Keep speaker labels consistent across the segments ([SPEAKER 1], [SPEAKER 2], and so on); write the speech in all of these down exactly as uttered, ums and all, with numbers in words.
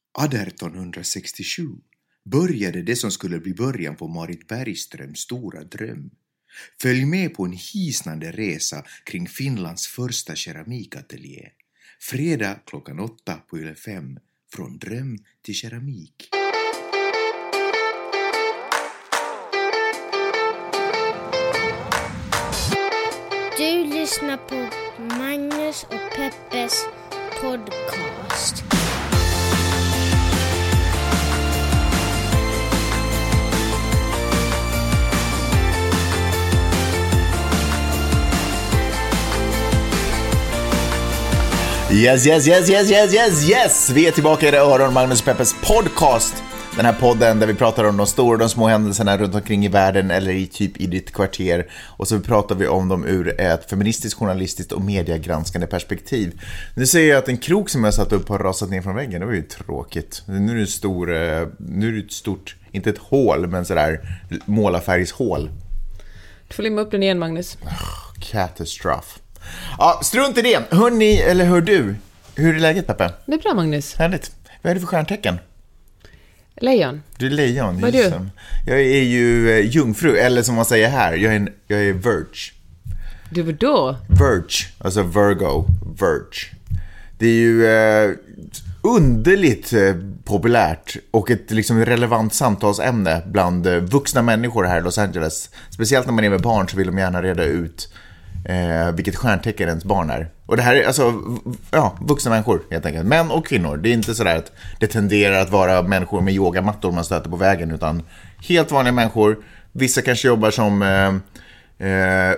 [SPEAKER 1] arton sextiosju började det som skulle bli början på Marit Bergströms stora dröm. Följ med på en hisnande resa kring Finlands första keramikateljé. Fredag klockan åtta på Yle fem. Från dröm till keramik.
[SPEAKER 2] Du lyssnar på Magnus och Peppes podcast.
[SPEAKER 3] Yes, yes, yes, yes, yes, yes, yes! Vi är tillbaka i det öron, Magnus och Peppes podcast. Den här podden där vi pratar om de stora och de små händelserna runt omkring i världen eller i typ i ditt kvarter. Och så pratar vi om dem ur ett feministiskt, journalistiskt och mediegranskande perspektiv. Nu ser jag att en krok som jag satt upp har rasat ner från väggen. Det var ju tråkigt. Nu är det, stor, nu är det ett stort, inte ett hål, men sådär målarfärgshål.
[SPEAKER 4] Du får limma upp den igen, Magnus.
[SPEAKER 3] Oh, katastrof. Ja, strunt i det. Hör ni, eller hör du? Hur är läget, Peppe?
[SPEAKER 4] Det är bra, Magnus.
[SPEAKER 3] Härligt. Vad är det för stjärntecken?
[SPEAKER 4] Lejon.
[SPEAKER 3] Du är lejon.
[SPEAKER 4] Vad är du?
[SPEAKER 3] Jag är ju eh, jungfru, eller som man säger här, jag är, en, jag är Verge.
[SPEAKER 4] Du var då?
[SPEAKER 3] Verge, alltså Virgo, Verge. Det är ju eh, underligt eh, populärt och ett liksom relevant samtalsämne bland eh, vuxna människor här i Los Angeles. Speciellt när man är med barn så vill de gärna reda ut Eh, vilket stjärntecken ens barn är. Och det här är alltså ja, vuxna människor helt enkelt. Män och kvinnor. Det är inte sådär att det tenderar att vara människor med yogamattor man stöter på vägen, utan helt vanliga människor. Vissa kanske jobbar som eh, eh,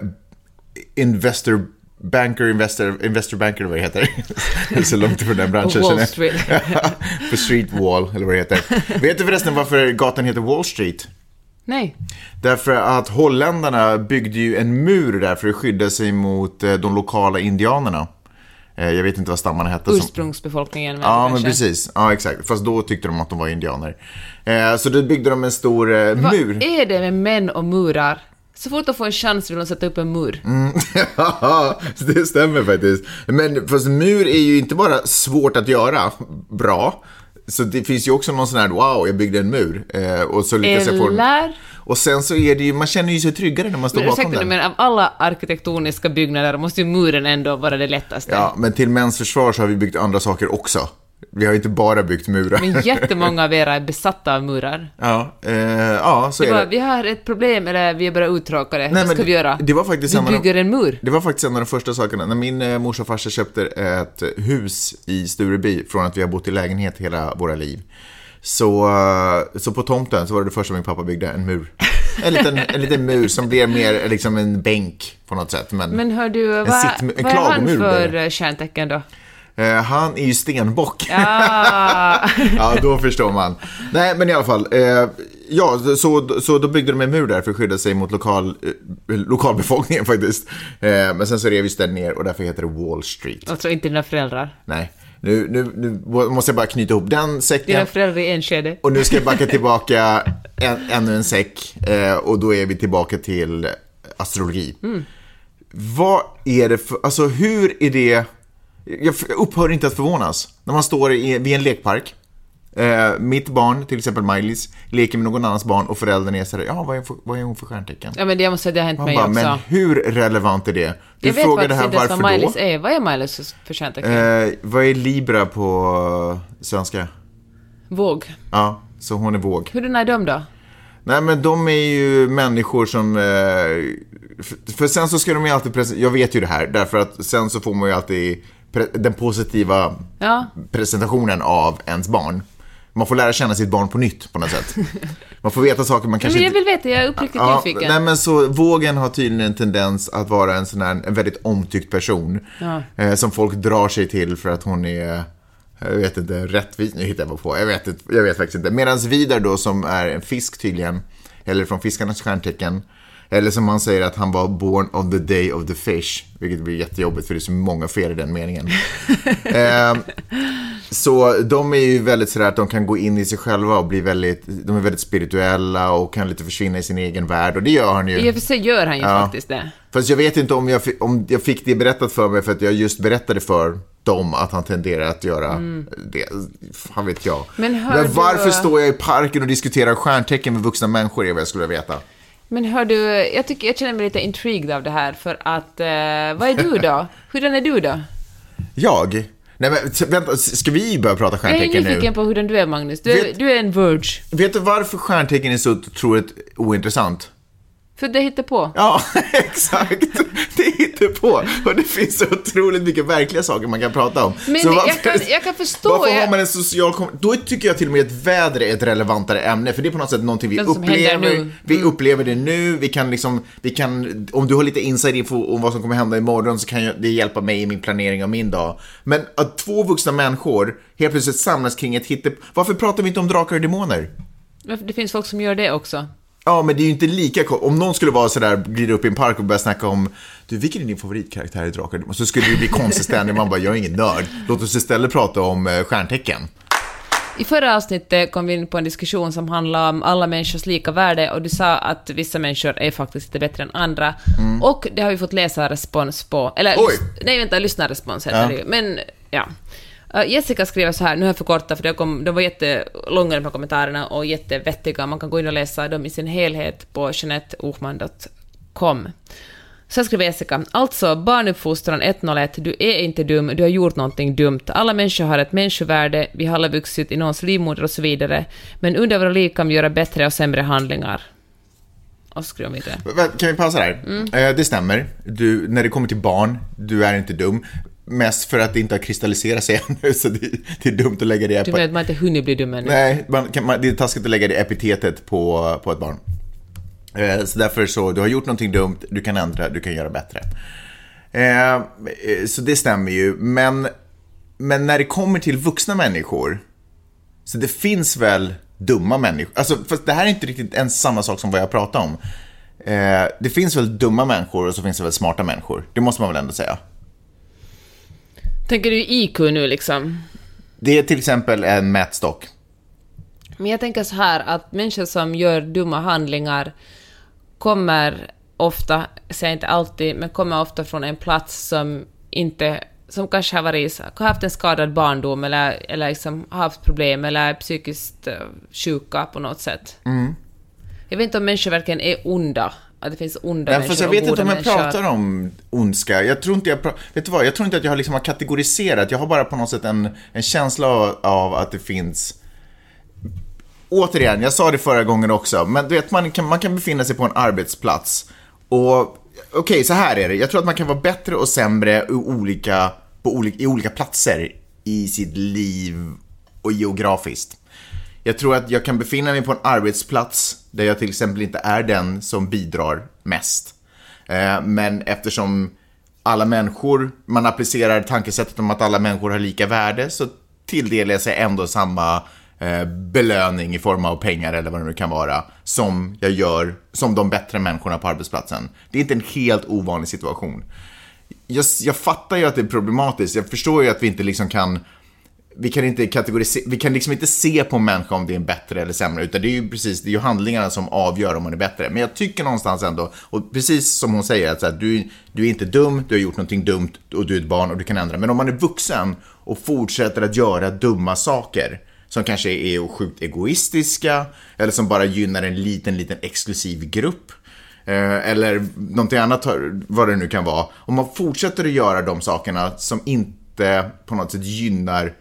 [SPEAKER 3] investor banker, investor, investor banker, vad det heter. Det är så långt från den branschen.
[SPEAKER 4] Wall Street.
[SPEAKER 3] För Street Wall, eller vad det heter. Vet du förresten varför gatan heter Wall Street?
[SPEAKER 4] Nej.
[SPEAKER 3] Därför att holländarna byggde ju en mur där för att skydda sig mot de lokala indianerna. Jag vet inte vad stammarna hette.
[SPEAKER 4] Ursprungsbefolkningen.
[SPEAKER 3] Som... Ja, men precis. Ja, exakt. Fast då tyckte de att de var indianer. Så då byggde de en stor mur.
[SPEAKER 4] Vad är det med män och murar? Så fort de får en chans vill de sätta upp en mur.
[SPEAKER 3] Mm. Ja, det stämmer faktiskt. Men fast mur är ju inte bara svårt att göra bra. Så det finns ju också någon sån här, wow, jag byggde en mur. Eh, och så lyckas jag få en... Och sen så är det ju, man känner ju sig tryggare när man står men, bakom den.
[SPEAKER 4] Men av alla arkitektoniska byggnader måste ju muren ändå vara det lättaste.
[SPEAKER 3] Ja, men till mäns försvar så har vi byggt andra saker också. Vi har inte bara byggt murar.
[SPEAKER 4] Men jättemånga av er är besatta av murar.
[SPEAKER 3] Ja, eh, ja så
[SPEAKER 4] det
[SPEAKER 3] är
[SPEAKER 4] var,
[SPEAKER 3] det.
[SPEAKER 4] Vi har ett problem, eller vi är bara uttråkade. Nej, vad ska vi göra?
[SPEAKER 3] Det var faktiskt
[SPEAKER 4] vi bygger en mur.
[SPEAKER 3] Det var faktiskt en av de första sakerna. När min eh, mors och farsa köpte ett hus i Stureby, från att vi har bott i lägenhet hela våra liv. Så, så på tomten så var det det första min pappa byggde, en mur. En liten, en liten mur som blev mer liksom en bänk på något sätt. Men,
[SPEAKER 4] men hör du, vad,
[SPEAKER 3] sitt,
[SPEAKER 4] vad är han för kärntecken då?
[SPEAKER 3] Uh, han är ju stenbock.
[SPEAKER 4] Ja.
[SPEAKER 3] Ja, då förstår man. Nej, men i alla fall uh, ja, så, så då byggde de en mur där för att skydda sig mot lokal, uh, lokalbefolkningen faktiskt. uh, Men sen så rev vi den ner och därför heter det Wall Street.
[SPEAKER 4] Och så inte dina föräldrar.
[SPEAKER 3] Nej, nu, nu, nu måste jag bara knyta ihop den säcken.
[SPEAKER 4] Dina föräldrar i en skede.
[SPEAKER 3] Och nu ska jag backa tillbaka en, ännu en säck. uh, Och då är vi tillbaka till astrologi. mm. Vad är det för, alltså hur är det? Jag upphör inte att förvånas när man står i, vid en lekpark. Eh, mitt barn, till exempel Miley's, leker med någon annans barn och föräldern är så här, ja, vad är, vad är hon för stjärntecken?
[SPEAKER 4] Ja, men det måste säga, det har hänt
[SPEAKER 3] man
[SPEAKER 4] mig
[SPEAKER 3] bara,
[SPEAKER 4] också.
[SPEAKER 3] Men hur relevant är det? Du
[SPEAKER 4] jag vet
[SPEAKER 3] frågar det här,
[SPEAKER 4] inte
[SPEAKER 3] varför
[SPEAKER 4] vad
[SPEAKER 3] då?
[SPEAKER 4] Är. Vad är Miley's för stjärntecken?
[SPEAKER 3] Eh, vad är Libra på svenska?
[SPEAKER 4] Våg.
[SPEAKER 3] Ja, så hon är våg.
[SPEAKER 4] Hur är de då?
[SPEAKER 3] Nej, men de är ju människor som... Eh, för, för sen så ska de ju alltid... Presen- jag vet ju det här, därför att sen så får man ju alltid... den positiva ja. presentationen av ens barn. Man får lära känna sitt barn på nytt på något sätt. Man får veta saker man kanske
[SPEAKER 4] men jag vill veta, jag är uppriktigt
[SPEAKER 3] ja,
[SPEAKER 4] nyfiken.
[SPEAKER 3] Nej, men så vågen har tydligen en tendens att vara en sån här, en väldigt omtyckt person. Ja. Eh, som folk drar sig till för att hon är, jag vet inte, rättvis. Nu hittar jag på. Jag vet, jag vet faktiskt inte. Medan Vidar då, som är en fisk tydligen, eller från fiskarnas stjärntecken, Eller som man säger att han var born on the day of the fish, vilket blir jättejobbigt för det är så många fel i den meningen. eh, så de är ju väldigt sådär att de kan gå in i sig själva och bli väldigt, de är väldigt spirituella och kan lite försvinna i sin egen värld, och det gör han ju.
[SPEAKER 4] I och för sig gör han ju
[SPEAKER 3] ja.
[SPEAKER 4] faktiskt det.
[SPEAKER 3] Fast jag vet inte om jag, om jag fick det berättat för mig för att jag just berättade för dem att han tenderar att göra mm. det. Fan vet jag. Men, Men varför du... står jag i parken och diskuterar stjärntecken med vuxna människor är vad jag skulle veta.
[SPEAKER 4] Men hör du, jag tycker jag känner mig lite intrigued av det här för att, eh, vad är du då? Hurdan är du då?
[SPEAKER 3] Jag? Nej men vänta, ska vi börja prata stjärntecken nu?
[SPEAKER 4] Jag är nyfiken på hurdan du är, Magnus. Du, vet, du är en Verge.
[SPEAKER 3] Vet du varför stjärntecken är så otroligt ointressant?
[SPEAKER 4] För det hittar på.
[SPEAKER 3] Ja, exakt. Det hittar på. Och det finns så otroligt mycket verkliga saker man kan prata om.
[SPEAKER 4] Men
[SPEAKER 3] så varför,
[SPEAKER 4] jag, kan, jag kan förstå...
[SPEAKER 3] Varför
[SPEAKER 4] jag...
[SPEAKER 3] har man en social... Kom- Då tycker jag till och med att väder är ett relevantare ämne. För det är på något sätt någonting vi upplever. Mm. Vi upplever det nu. Vi kan liksom... Vi kan, om du har lite inside info om vad som kommer hända imorgon så kan jag, det hjälpa mig i min planering av min dag. Men att två vuxna människor helt plötsligt samlas kring ett hitte... Varför pratar vi inte om drakar och demoner?
[SPEAKER 4] Det finns folk som gör det också.
[SPEAKER 3] Ja, men det är ju inte lika... Om någon skulle vara sådär, glida upp i en park och börja snacka om du, vilken är din favoritkaraktär i Drakar? Och så skulle det bli konsiständigt. Man bara, jag är ingen nörd. Låt oss istället prata om eh, stjärntecken.
[SPEAKER 4] I förra avsnittet kom vi in på en diskussion som handlar om alla människors lika värde, och du sa att vissa människor är faktiskt lite bättre än andra. Mm. Och det har vi fått läsa respons på. Eller,
[SPEAKER 3] Oj.
[SPEAKER 4] nej vänta, lyssnarrespons heter
[SPEAKER 3] ja.
[SPEAKER 4] det ju. Men, ja. Uh, Jessica skriver så här, nu har jag förkortat för det kom, de var jättelånga de här kommentarerna och jättevettiga. Man kan gå in och läsa dem i sin helhet på jeanette ochman dot com. Så skriver Jessica, alltså barnuppfostran ett noll ett, du är inte dum, du har gjort någonting dumt. Alla människor har ett människovärde, vi har alla vuxit i någons livmoder och så vidare. Men under våra liv kan vi göra bättre och sämre handlingar. Och skriver vi det.
[SPEAKER 3] Kan vi pausa där? Mm. Eh, det stämmer. Du, när det kommer till barn, du är inte dum. Mest för att det inte har kristalliserat sig ännu, så det, det är dumt att lägga det...
[SPEAKER 4] Du vet att man inte hunnit bli dum ännu.
[SPEAKER 3] Nej, man, kan, man, det är taskigt att lägga det epitetet på, på ett barn. Eh, så därför så, du har gjort någonting dumt, du kan ändra, du kan göra bättre. Eh, så det stämmer ju, men, men när det kommer till vuxna människor, så det finns väl dumma människor. Alltså, fast det här är inte riktigt ens samma sak som vad jag pratar om. Eh, det finns väl dumma människor och så finns det väl smarta människor. Det måste man väl ändå säga.
[SPEAKER 4] Tänker du I Q nu liksom?
[SPEAKER 3] Det är till exempel en mätstock.
[SPEAKER 4] Men jag tänker så här att människor som gör dumma handlingar kommer ofta, säger inte alltid, men kommer ofta från en plats som inte, som kanske har varit, har haft en skadad barndom eller, eller liksom har haft problem eller är psykiskt uh, sjuka på något sätt. Mm. Jag vet inte om människor verkligen är onda. Att det finns onda människor och goda människor. Jag vet inte om jag pratar om ondska. Jag tror inte jag pra- vet du vad? Jag tror inte att jag har liksom har kategoriserat. Jag har bara på något sätt en, en känsla av, av att det finns. Återigen, jag sa det förra gången också, men du vet, man kan, man kan befinna sig på en arbetsplats och okej, okay, så här är det. Jag tror att man kan vara bättre och sämre i olika, på olika, i olika platser i sitt liv och geografiskt. Jag tror att jag kan befinna mig på en arbetsplats där jag till exempel inte är den som bidrar mest. Eh, men eftersom alla människor, man applicerar tankesättet om att alla människor har lika värde, så tilldelar jag sig ändå samma eh, belöning i form av pengar eller vad det nu kan vara som jag gör som de bättre människorna på arbetsplatsen. Det är inte en helt ovanlig situation. Jag, jag fattar ju att det är problematiskt. Jag förstår ju att vi inte liksom kan Vi kan inte kategorisera, vi kan liksom inte se på en människa om det är bättre eller sämre, utan det är ju precis, det är ju handlingarna som avgör om man är bättre. Men jag tycker någonstans ändå, och precis som hon säger, att så här, du, du är inte dum, du har gjort någonting dumt och du är ett barn och du kan ändra. Men om man är vuxen och fortsätter att göra dumma saker som kanske är sjukt egoistiska eller som bara gynnar en liten, liten exklusiv grupp eh, eller någonting annat, vad det nu kan vara. Om man fortsätter att göra de sakerna som inte på något sätt gynnar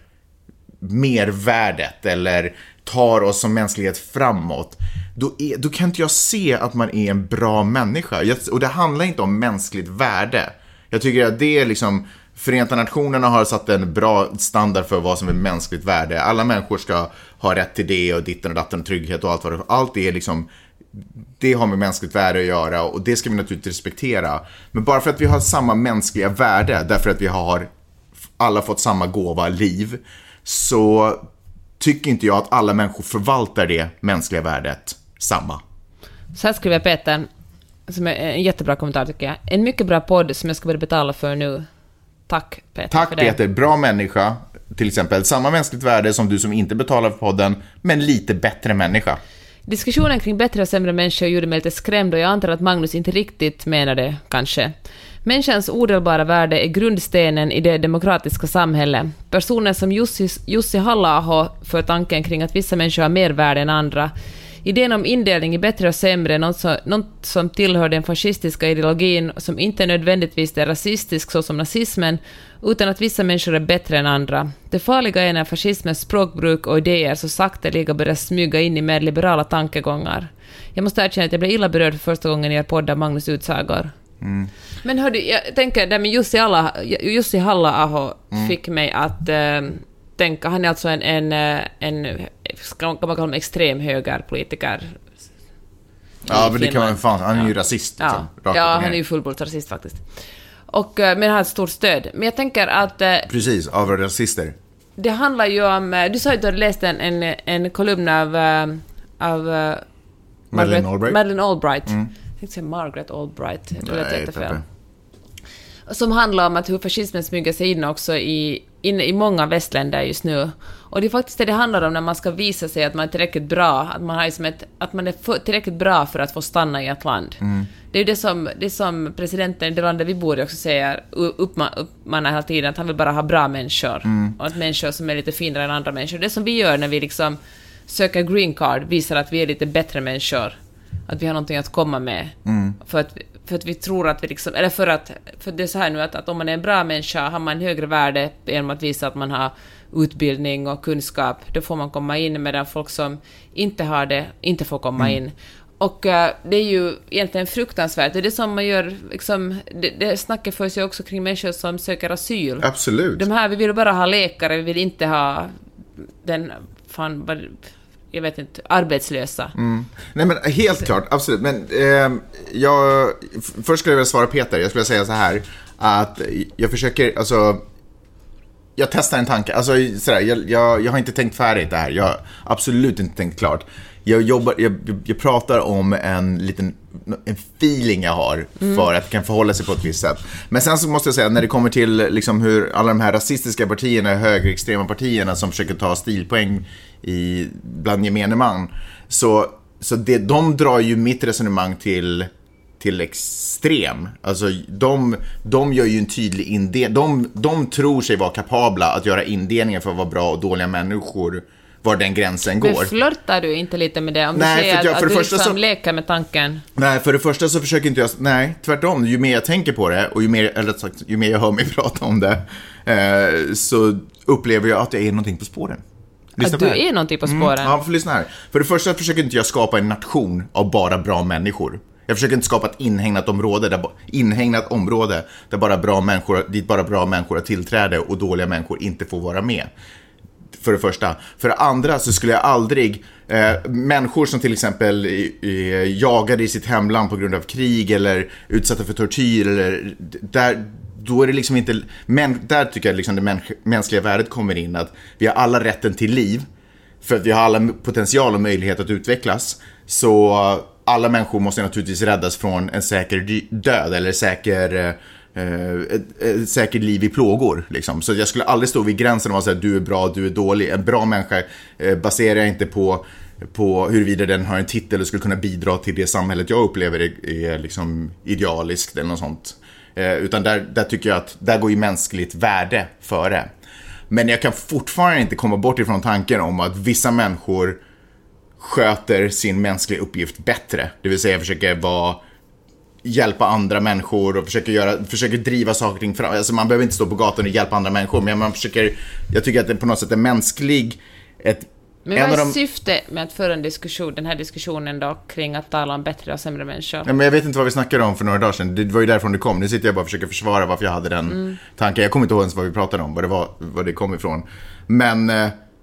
[SPEAKER 4] mervärdet eller tar oss som mänsklighet framåt, då, är, då kan inte jag se att man är en bra människa. Jag, och det handlar inte om mänskligt värde. Jag tycker att det är liksom, Förenta nationerna har satt en bra standard för vad som är mänskligt värde. Alla människor ska ha rätt till det och ditten och datten, trygghet och allt vad det är. Allt det är liksom, det har med mänskligt värde att göra och det ska vi naturligtvis respektera. Men bara för att vi har samma mänskliga värde, därför att vi har alla fått samma gåva liv, så tycker inte jag att alla människor förvaltar det mänskliga värdet samma. Så här skriver Peter.
[SPEAKER 5] som är en jättebra kommentar tycker jag. En mycket bra podd som jag ska börja betala för nu. Tack Peter.
[SPEAKER 4] Tack
[SPEAKER 5] för det.
[SPEAKER 4] Peter, bra människa. Till exempel samma mänskligt värde som du som inte betalar för podden, men lite bättre människa.
[SPEAKER 5] Diskussionen kring bättre och sämre människor gjorde mig lite skrämd och jag antar att Magnus inte riktigt menar det, kanske. Människans odelbara värde är grundstenen i det demokratiska samhället. Personer som Jussi, Jussi Halla-aho för tanken kring att vissa människor har mer värde än andra. Idén om indelning i bättre och sämre är något som, något som tillhör den fascistiska ideologin som inte nödvändigtvis är rasistisk så som nazismen, utan att vissa människor är bättre än andra. Det farliga är när fascismens språkbruk och idéer så sakteliga börjar smyga in i mer liberala tankegångar. Jag måste erkänna att jag blev illa berörd för första gången i er podd av Magnus utsagor. Mm. Men hörde, jag tänker där med Jussi, alla, Jussi Halla-aho mm. fick mig att äh, tänka, han är alltså en, en, en kan man kalla honom extrem högerpolitiker.
[SPEAKER 4] Ja, men det kan man fan, han är ju rasist.
[SPEAKER 5] Ja, liksom, ja han är ju fullblods rasist faktiskt. Och, men han har ett stort stöd. Men jag tänker att...
[SPEAKER 4] Precis, av rasister.
[SPEAKER 5] Det handlar ju om... Du sa ju att du hade läst en, en, en kolumn av... av
[SPEAKER 4] Madeleine Albright.
[SPEAKER 5] Madeleine Albright. Mm. Jag tänkte säga Margaret Albright. Det lät jättefel. Som handlar om att hur fascismen smyger sig in också i, in, i många västländer just nu. Och det är faktiskt det det handlar om när man ska visa sig att man är tillräckligt bra. Att man, har liksom ett, att man är för, tillräckligt bra för att få stanna i ett land. Mm. Det är ju det som, det som presidenten i det landet vi bor i också säger. Uppmanar uppman hela tiden att han vill bara ha bra människor. Mm. Och att människor som är lite finare än andra människor. Det som vi gör när vi liksom söker green card visar att vi är lite bättre människor. Att vi har någonting att komma med. Mm. För att för att vi tror att vi liksom, eller för att för det är så här nu att, att om man är en bra människa har man högre värde genom att visa att man har utbildning och kunskap, då får man komma in, medan folk som inte har det inte får komma mm. in. Och uh, det är ju egentligen fruktansvärt. Det är det som man gör liksom, det, det snackar för sig också kring människor som söker asyl.
[SPEAKER 4] Absolut.
[SPEAKER 5] De här, vi vill bara ha läkare, vi vill inte ha den fan jag vet inte, arbetslösa.
[SPEAKER 4] Mm. Nej men helt klart, absolut. Men eh, jag, först skulle jag vilja svara Peter. Jag skulle säga så här att jag försöker, alltså jag testar en tanke. Alltså sådär, jag, jag, jag har inte tänkt färdigt det här. Jag har absolut inte tänkt klart. Jag jobbar, jag, jag pratar om en liten en feeling jag har mm. för att det kan förhålla sig på ett visst sätt. Men sen så måste jag säga, när det kommer till liksom hur alla de här rasistiska partierna, högerextrema partierna som försöker ta stilpoäng i bland gemene man, så, så det, de drar ju mitt resonemang till till extrem. Alltså de, de gör ju en tydlig indelning. De, de tror sig vara kapabla att göra indelningar för att vara bra och dåliga människor, var den gränsen går.
[SPEAKER 5] Men flörtar du inte lite med det? Om
[SPEAKER 4] nej,
[SPEAKER 5] du säger
[SPEAKER 4] för jag,
[SPEAKER 5] att,
[SPEAKER 4] för
[SPEAKER 5] att
[SPEAKER 4] det
[SPEAKER 5] du
[SPEAKER 4] första
[SPEAKER 5] liksom
[SPEAKER 4] så,
[SPEAKER 5] leker med tanken.
[SPEAKER 4] Nej, för det första så försöker inte jag... Nej, tvärtom. Ju mer jag tänker på det och ju mer, eller sagt, ju mer jag hör mig prata om det eh, så upplever jag att jag är någonting på spåren.
[SPEAKER 5] Lyssna att du är någonting på spåren?
[SPEAKER 4] Mm, ja, för lyssna här. För det första försöker inte jag skapa en nation av bara bra människor. Jag försöker inte skapa ett inhägnat område där, inhägnat område där bara bra människor, dit bara bra människor har tillträde och dåliga människor inte får vara med. För det första. För det andra så skulle jag aldrig eh, människor som till exempel eh, jagade i sitt hemland på grund av krig eller utsatta för tortyr eller där, då är det liksom inte, men där tycker jag liksom det mäns- mänskliga värdet kommer in, att vi har alla rätten till liv för att vi har alla potential och möjlighet att utvecklas, så alla människor måste naturligtvis räddas från en säker död eller säker Eh, ett, ett säkert liv i plågor liksom. Så jag skulle aldrig stå vid gränsen och säga att du är bra, du är dålig. En bra människa eh, baserar jag inte på, på huruvida den har en titel och skulle kunna bidra till det samhället jag upplever är, är liksom idealiskt eller något sånt. Eh, utan där, där tycker jag att där går ju mänskligt värde före. Men jag kan fortfarande inte komma bort ifrån tanken om att vissa människor sköter sin mänskliga uppgift bättre. Det vill säga försöker vara hjälpa andra människor och försöker göra försöker driva saker kring fram. Alltså man behöver inte stå på gatan och hjälpa andra människor, men man försöker, jag tycker att det på något sätt är mänsklig ett
[SPEAKER 5] men vad är de... syfte med att föra en diskussion, den här diskussionen då kring att tala om bättre och sämre människor?
[SPEAKER 4] Ja, men jag vet inte vad vi snackade om för några dagar sedan. Det var ju därifrån det kom. Nu sitter jag bara och försöker försvara varför jag hade den mm. tanken. Jag kommer inte ihåg ens vad vi pratade om, vad det var, vad det kom ifrån. Men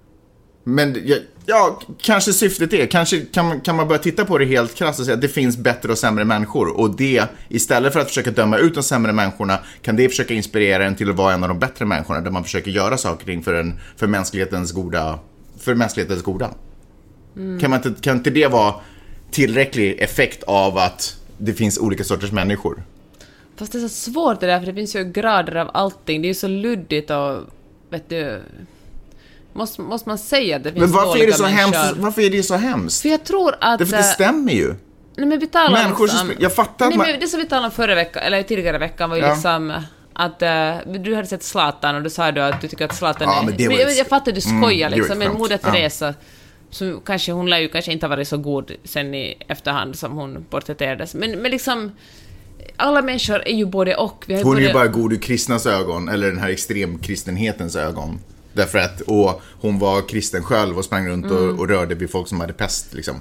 [SPEAKER 4] Men ja, ja, kanske syftet är, kanske kan, kan man börja titta på det helt krasst och säga att det finns bättre och sämre människor. Och det, istället för att försöka döma ut de sämre människorna, kan det försöka inspirera en till att vara en av de bättre människorna, där man försöker göra saker för, en, för mänsklighetens goda. För mänsklighetens goda. Mm. Kan, man inte, kan inte det vara tillräcklig effekt av att det finns olika sorters människor.
[SPEAKER 5] Fast det är så svårt det där, för det finns ju grader av allting. Det är ju så luddigt och, vet du... Måste, måste man säga att det finns
[SPEAKER 4] men varför är det så
[SPEAKER 5] människor?
[SPEAKER 4] hemskt? Varför är det så hemskt?
[SPEAKER 5] För jag tror att...
[SPEAKER 4] Det, för det stämmer ju.
[SPEAKER 5] Nej, men vi talar
[SPEAKER 4] människor
[SPEAKER 5] om...
[SPEAKER 4] Som, jag fattar att
[SPEAKER 5] nej,
[SPEAKER 4] man...
[SPEAKER 5] men det som vi talade om förra veckan, eller tidigare veckan, var ju
[SPEAKER 4] ja.
[SPEAKER 5] liksom... Att uh, du hade sett Zlatan och du sa då att du tycker att Zlatan
[SPEAKER 4] ja,
[SPEAKER 5] är...
[SPEAKER 4] Men det var...
[SPEAKER 5] jag, jag fattar att du skojar
[SPEAKER 4] mm,
[SPEAKER 5] liksom, men Moder Teresa...
[SPEAKER 4] Ja.
[SPEAKER 5] Så kanske, hon lär ju kanske inte ha varit så god sen i efterhand som hon porträtterades. Men, men liksom... Alla människor är ju både och. Vi har
[SPEAKER 4] hon
[SPEAKER 5] både...
[SPEAKER 4] är ju bara god ur kristnas ögon, eller den här extremkristenhetens ögon. Därför att och hon var kristen själv och sprang runt mm. och, och rörde vid folk som hade pest liksom.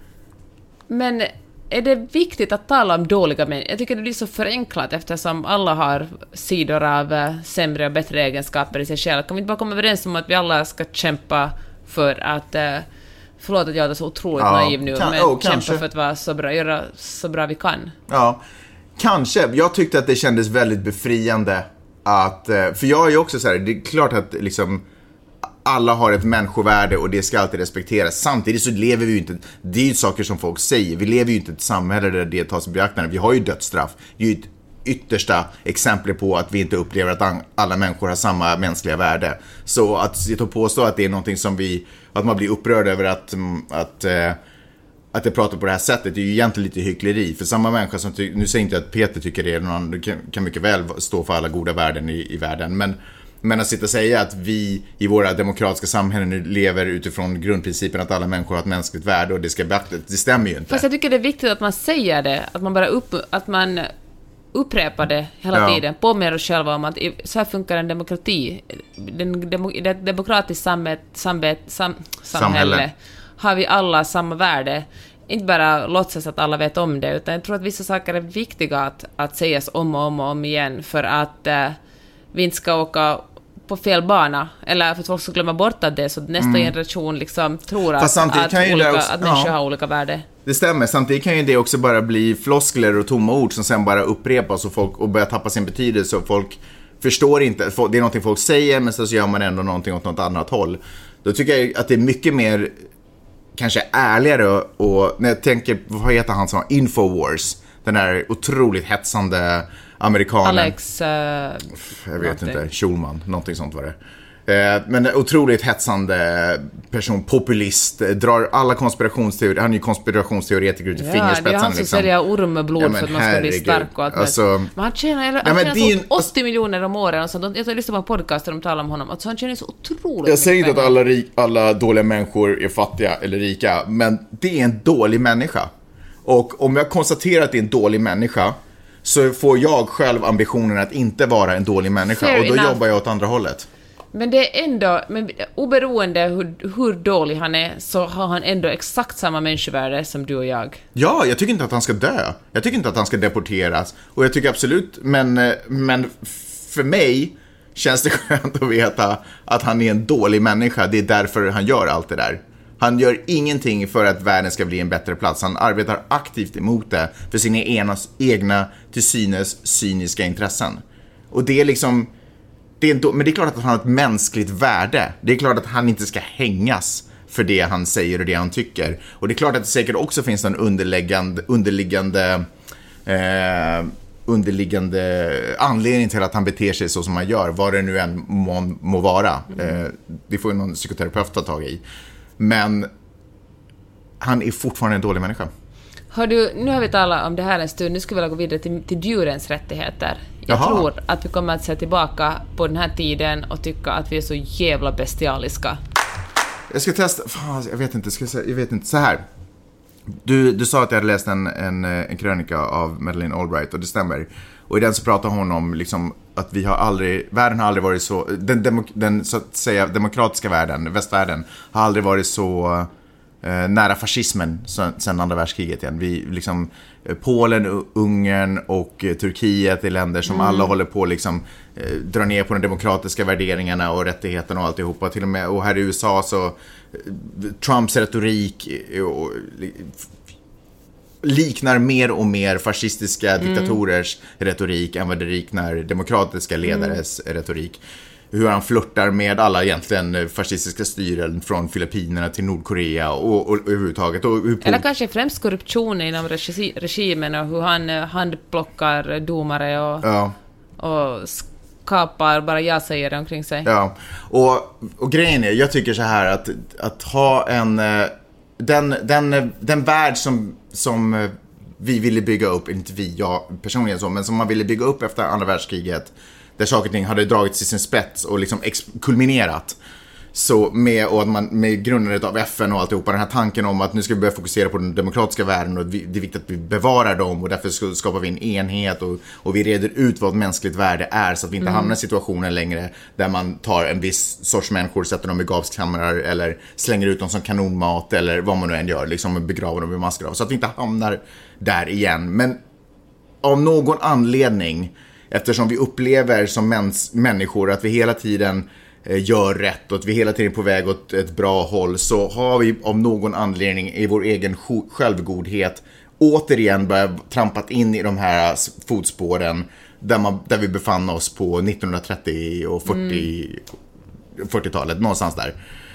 [SPEAKER 5] Men är det viktigt att tala om dåliga människor? Jag tycker det blir så förenklat eftersom alla har sidor av äh, sämre och bättre egenskaper i sig själv. Kan vi inte bara komma överens om att vi alla ska kämpa för att äh, förlåt att jag är så otroligt ja, naiv nu, kan, men oh, kämpa kanske. För att vara så bra, göra så bra vi kan.
[SPEAKER 4] Ja, kanske. Jag tyckte att det kändes väldigt befriande att, för jag är ju också så här, det är klart att liksom alla har ett människovärde och det ska alltid respekteras. Samtidigt så lever vi ju inte, det är ju saker som folk säger, vi lever ju inte i ett samhälle där det tas i beaktande. Vi har ju dödsstraff. Det är ju ett yttersta exempel på att vi inte upplever att alla människor har samma mänskliga värde. Så att påstå att det är någonting som vi, att man blir upprörd över att, att att det pratar på det här sättet är ju egentligen lite hyckleri. För samma människa som, ty- nu säger inte att Peter tycker det, någon kan, kan mycket väl stå för alla goda värden i, i världen. Men, men att sitta och säga att vi i våra demokratiska samhällen nu lever utifrån grundprincipen att alla människor har ett mänskligt värde och det ska beaktas, det stämmer ju inte.
[SPEAKER 5] Fast jag tycker det är viktigt att man säger det, att man bara upp, att man upprepar det hela ja. tiden, påminner oss själva om att så här funkar en demokrati. Den demo, det demokratiskt samhälle, samhälle, sam, samhälle, samhälle har vi alla samma värde. Inte bara låtsas att alla vet om det, utan jag tror att vissa saker är viktiga att, att sägas om och om och om igen för att eh, vi inte ska åka på fel bana, eller för att folk ska glömma bort att det, så att nästa mm. generation liksom tror att, att, olika, också, att människor ja. har olika värde.
[SPEAKER 4] Det stämmer, samtidigt kan ju det också bara bli floskler och tomma ord som sen bara upprepas och, folk, och börjar tappa sin betydelse och folk förstår inte, det är någonting folk säger men så gör man ändå någonting åt något annat håll. Då tycker jag att det är mycket mer kanske ärligare och, och när jag tänker, vad heter han som Infowars, den där otroligt hetsande amerikanen
[SPEAKER 5] Alex uh,
[SPEAKER 4] jag vet
[SPEAKER 5] någonting.
[SPEAKER 4] inte, Schulman, någonting sånt var det. Eh, men otroligt hetsande person, populist, drar alla konspirationsteorier, han är ju konspirationsteoretiker ut i ja, fingerspetsarna.
[SPEAKER 5] Ja, det är han som
[SPEAKER 4] liksom.
[SPEAKER 5] säljer ormblod ja, för att man ska bli stark och att
[SPEAKER 4] alltså,
[SPEAKER 5] men han tjänar, eller, han
[SPEAKER 4] ja,
[SPEAKER 5] tjänar
[SPEAKER 4] din,
[SPEAKER 5] så åttio miljoner om året och så, jag lyssnar på en podcast där de talar om honom, alltså han tjänar så otroligt.
[SPEAKER 4] Jag säger inte att alla, rik, alla dåliga människor är fattiga eller rika, men det är en dålig människa. Och om jag konstaterar att det är en dålig människa så får jag själv ambitionen att inte vara en dålig människa. Fair och då enough. Jobbar jag åt andra hållet.
[SPEAKER 5] Men det är ändå, men oberoende hur, hur dålig han är, så har han ändå exakt samma människovärde som du och jag.
[SPEAKER 4] Ja, jag tycker inte att han ska dö. Jag tycker inte att han ska deporteras. Och jag tycker absolut, men, men för mig känns det skönt att veta att han är en dålig människa. Det är därför han gör allt det där. Han gör ingenting för att världen ska bli en bättre plats. Han arbetar aktivt emot det för sina egna, egna till synes cyniska intressen. Och det är liksom... Det är då, men det är klart att han har ett mänskligt värde. Det är klart att han inte ska hängas för det han säger och det han tycker. Och det är klart att det säkert också finns en underliggande, underliggande, eh, underliggande anledning till att han beter sig så som han gör. Vad det nu än må, må vara. Mm. Eh, det får ju någon psykoterapeut ta tag i. Men han är fortfarande en dålig människa.
[SPEAKER 5] Hör du, nu har vi talat om det här en stund. Nu ska vi väl gå vidare till, till djurens rättigheter. Jag Jaha. tror att vi kommer att se tillbaka på den här tiden och tycka att vi är så jävla bestialiska.
[SPEAKER 4] Jag ska testa, fan, jag vet inte, ska jag, säga, jag vet inte, så här. Du, du sa att jag hade läst en, en, en krönika av Madeleine Albright och det stämmer. Och i den så pratar hon om liksom, att vi har aldrig, världen har aldrig varit så, den, demok, den så att säga demokratiska världen, västvärlden, har aldrig varit så... Eh, nära fascismen sedan andra världskriget igen. Vi, liksom, Polen, Ungern och eh, Turkiet är länder som mm. alla håller på liksom, eh, dra ner på de demokratiska värderingarna och rättigheterna och alltihopa. Till och med, och här i U S A så eh, Trumps retorik eh, och, liknar mer och mer fascistiska mm. diktatorers retorik än vad det liknar demokratiska ledares mm. retorik. hur han flörtar med alla egentligen fascistiska styren från Filippinerna till Nordkorea och, och, och överhuvudtaget. Och hur på...
[SPEAKER 5] Eller kanske främst korruption inom regi- regimen och hur han handplockar domare och,
[SPEAKER 4] ja.
[SPEAKER 5] och skapar bara jag-sägare omkring sig.
[SPEAKER 4] Ja, och, och grejen är, jag tycker så här att, att ha en den, den, den värld som, som vi ville bygga upp, inte vi, jag personligen så, men som man ville bygga upp efter andra världskriget, där saker och ting hade dragits till sin spets och liksom ex- kulminerat. Så med, och att man, med grundandet av F N och alltihopa, den här tanken om att nu ska vi börja fokusera på den demokratiska världen och vi, det är viktigt att vi bevarar dem och därför skapar vi en enhet och, och vi reder ut vad ett mänskligt värde är så att vi inte mm. hamnar i situationen längre där man tar en viss sorts människor, sätter dem i gaskamrar eller slänger ut dem som kanonmat eller vad man nu än gör, liksom begraver dem i massgrav, så att vi inte hamnar där igen. Men av någon anledning, eftersom vi upplever som mäns, människor att vi hela tiden gör rätt och att vi hela tiden är på väg åt ett bra håll, så har vi av någon anledning i vår egen självgodhet återigen börjat trampat in i de här fotspåren där, man, där vi befann oss på nittonhundratrettio och fyrtio, mm. fyrtiotalet, någonstans där.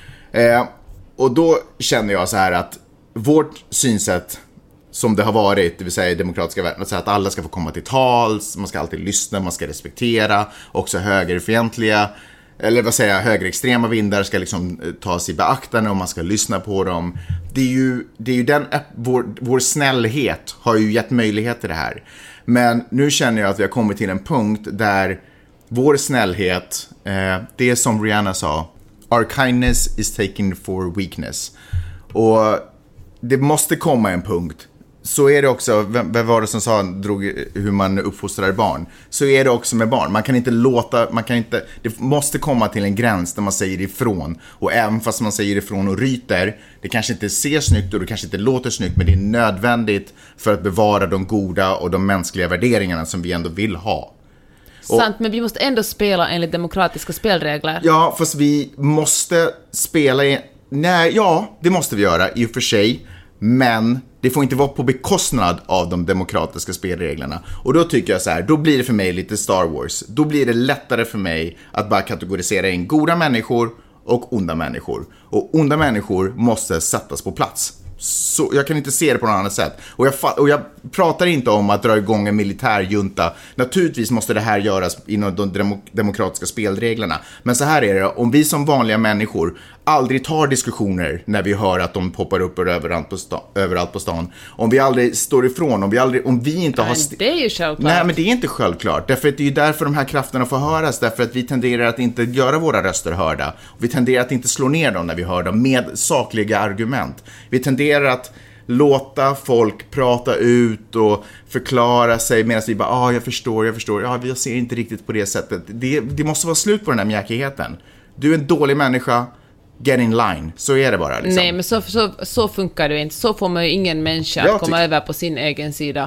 [SPEAKER 4] Eh, och då känner jag så här att vårt synsätt som det har varit, det vill säga i demokratiska världen, att alla ska få komma till tals, man ska alltid lyssna, man ska respektera, också högerfientliga eller vad säger jag, högerextrema vindar ska liksom tas i beaktande och man ska lyssna på dem. Det är ju, det är ju den, vår, vår snällhet har ju gett möjlighet till det här. Men nu känner jag att vi har kommit till en punkt där vår snällhet, eh, det är som Rihanna sa, our kindness is taken for weakness. Och det måste komma en punkt. Så är det också, vem, vem var det som sa drog, hur man uppfostrar barn? Så är det också med barn. Man kan inte låta, man kan inte, det måste komma till en gräns där man säger ifrån. Och även fast man säger ifrån och ryter, det kanske inte ser snyggt och det kanske inte låter snyggt, men det är nödvändigt för att bevara de goda och de mänskliga värderingarna som vi ändå vill ha.
[SPEAKER 5] Sant, och, men vi måste ändå spela enligt demokratiska spelregler.
[SPEAKER 4] Ja, fast vi måste spela i, nej, ja, det måste vi göra i och för sig. Men det får inte vara på bekostnad av de demokratiska spelreglerna. Och då tycker jag så här, då blir det för mig lite Star Wars. Då blir det lättare för mig att bara kategorisera in goda människor och onda människor. Och onda människor måste sättas på plats. Så jag kan inte se det på något annat sätt. Och jag, och jag pratar inte om att dra igång en militärjunta. Naturligtvis måste det här göras inom de demok- demokratiska spelreglerna. Men så här är det, om vi som vanliga människor aldrig tar diskussioner när vi hör att de poppar upp överallt på, sta- överallt på stan. Om vi aldrig står ifrån, om vi, aldrig, om vi inte
[SPEAKER 5] men
[SPEAKER 4] har... St-
[SPEAKER 5] det är ju självklart.
[SPEAKER 4] Nej, men det är inte självklart. Därför att det är ju därför de här krafterna får höras. Därför att vi tenderar att inte göra våra röster hörda. Vi tenderar att inte slå ner dem när vi hör dem med sakliga argument. Vi tenderar att låta folk prata ut och förklara sig medan vi bara, ja, ah, jag förstår, jag förstår, ja, jag ser inte riktigt på det sättet. Det, det måste vara slut på den här mjäkigheten. Du är en dålig människa, get in line. Så är det bara liksom.
[SPEAKER 5] Nej, men så, så, så funkar det inte. Så får man ju ingen människa att komma tyck- över på sin egen sida.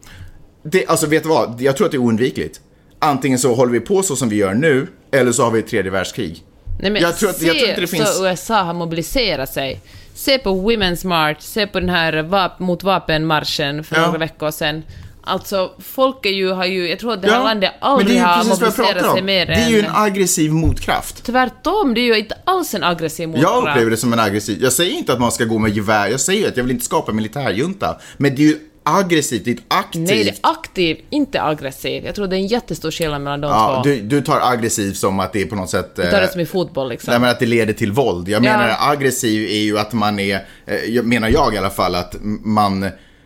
[SPEAKER 4] Det, alltså vet du vad, jag tror att det är oundvikligt. Antingen så håller vi på så som vi gör nu, eller så har vi ett tredje världskrig.
[SPEAKER 5] Nej, men
[SPEAKER 4] jag tror att,
[SPEAKER 5] se,
[SPEAKER 4] jag tror inte det finns...
[SPEAKER 5] så U S A har mobiliserat sig. Se på Women's March, se på den här vap- mot vapenmarschen för ja. några veckor sedan. Alltså, folk är ju, har ju, jag tror att det här ja, landet aldrig har mobiliserat sig mer än...
[SPEAKER 4] Det är ju en aggressiv motkraft.
[SPEAKER 5] Tvärtom, det är ju inte alls en aggressiv motkraft.
[SPEAKER 4] Jag upplever det som en aggressiv... Jag säger inte att man ska gå med gevär, jag säger att jag vill inte skapa militärjunta. Men det är ju aggressivt, det är aktivt.
[SPEAKER 5] Nej, det är aktiv, inte aggressiv. Jag tror det är en jättestor skillnad mellan de
[SPEAKER 4] ja,
[SPEAKER 5] två.
[SPEAKER 4] Du, du tar aggressiv som att det är på något sätt...
[SPEAKER 5] Du tar det som i fotboll liksom.
[SPEAKER 4] Nej, men att det leder till våld. Jag menar ja. aggressiv är ju att man är... Jag menar jag i alla fall att man...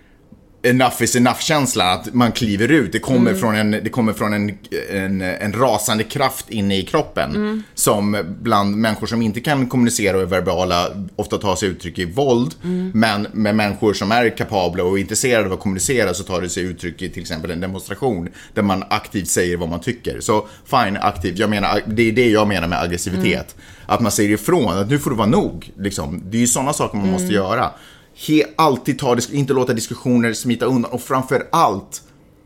[SPEAKER 4] Enough is enough-känslan, att man kliver ut. Det kommer mm. från, en, det kommer från en, en, en rasande kraft inne i kroppen mm. som bland människor som inte kan kommunicera och verbala ofta tar sig uttryck i våld. Mm. Men med människor som är kapabla och intresserade av att kommunicera så tar det sig uttryck i till exempel en demonstration där man aktivt säger vad man tycker. Så fine, aktivt. Jag menar, det är det jag menar med aggressivitet. Mm. Att man säger ifrån att nu får det vara nog. Liksom. Det är ju sådana saker man mm. måste göra. He, alltid ta, inte låta diskussioner smita undan. Och framför allt,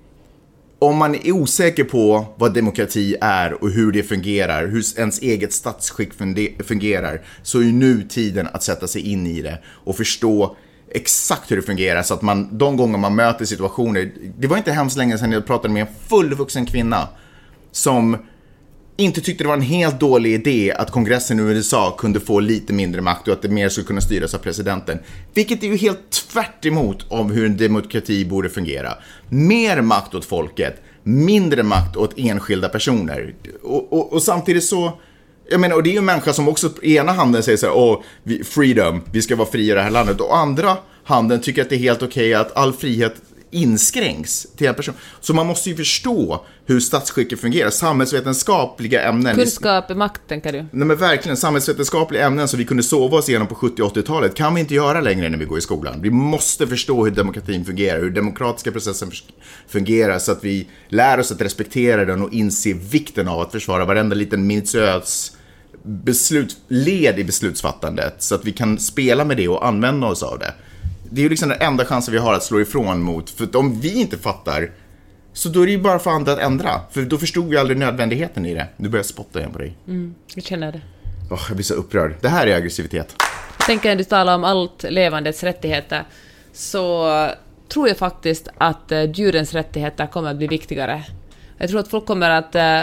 [SPEAKER 4] om man är osäker på vad demokrati är och hur det fungerar, hur ens eget statsskick fungerar, så är nu tiden att sätta sig in i det och förstå exakt hur det fungerar, så att man, de gånger man möter situationer... Det var inte hemskt länge sedan jag pratade med en fullvuxen kvinna som inte tyckte det var en helt dålig idé att kongressen i U S A kunde få lite mindre makt och att det mer skulle kunna styras av presidenten. Vilket är ju helt tvärt emot om hur en demokrati borde fungera. Mer makt åt folket, mindre makt åt enskilda personer. Och, och, och samtidigt så, jag menar, och det är ju en människa som också i ena handen säger så här, åh, vi, freedom, vi ska vara fria i det här landet. Och andra handen tycker att det är helt okej att all frihet inskränks till en person. Så man måste ju förstå hur statsskicket fungerar. Samhällsvetenskapliga ämnen.
[SPEAKER 5] Kunskap är makt, tänker du?
[SPEAKER 4] Nej, men verkligen, samhällsvetenskapliga ämnen som vi kunde sova oss igenom på sjuttio- och åttiotalet kan vi inte göra längre när vi går i skolan. Vi måste förstå hur demokratin fungerar, hur demokratiska processen fungerar, så att vi lär oss att respektera den och inse vikten av att försvara varenda liten minutiös beslut, led i beslutsfattandet, så att vi kan spela med det och använda oss av det. Det är ju liksom den enda chansen vi har att slå ifrån mot. För om vi inte fattar, så då är det ju bara för andra att ändra. För då förstod vi aldrig nödvändigheten i det. Nu börjar jag spotta igen på dig.
[SPEAKER 5] Mm, jag känner det.
[SPEAKER 4] Oh, jag blir så upprörd. Det här är aggressivitet.
[SPEAKER 5] Jag tänker när du talar om allt levandets rättigheter, så tror jag faktiskt att uh, djurens rättigheter kommer att bli viktigare. Jag tror att folk kommer att... Uh,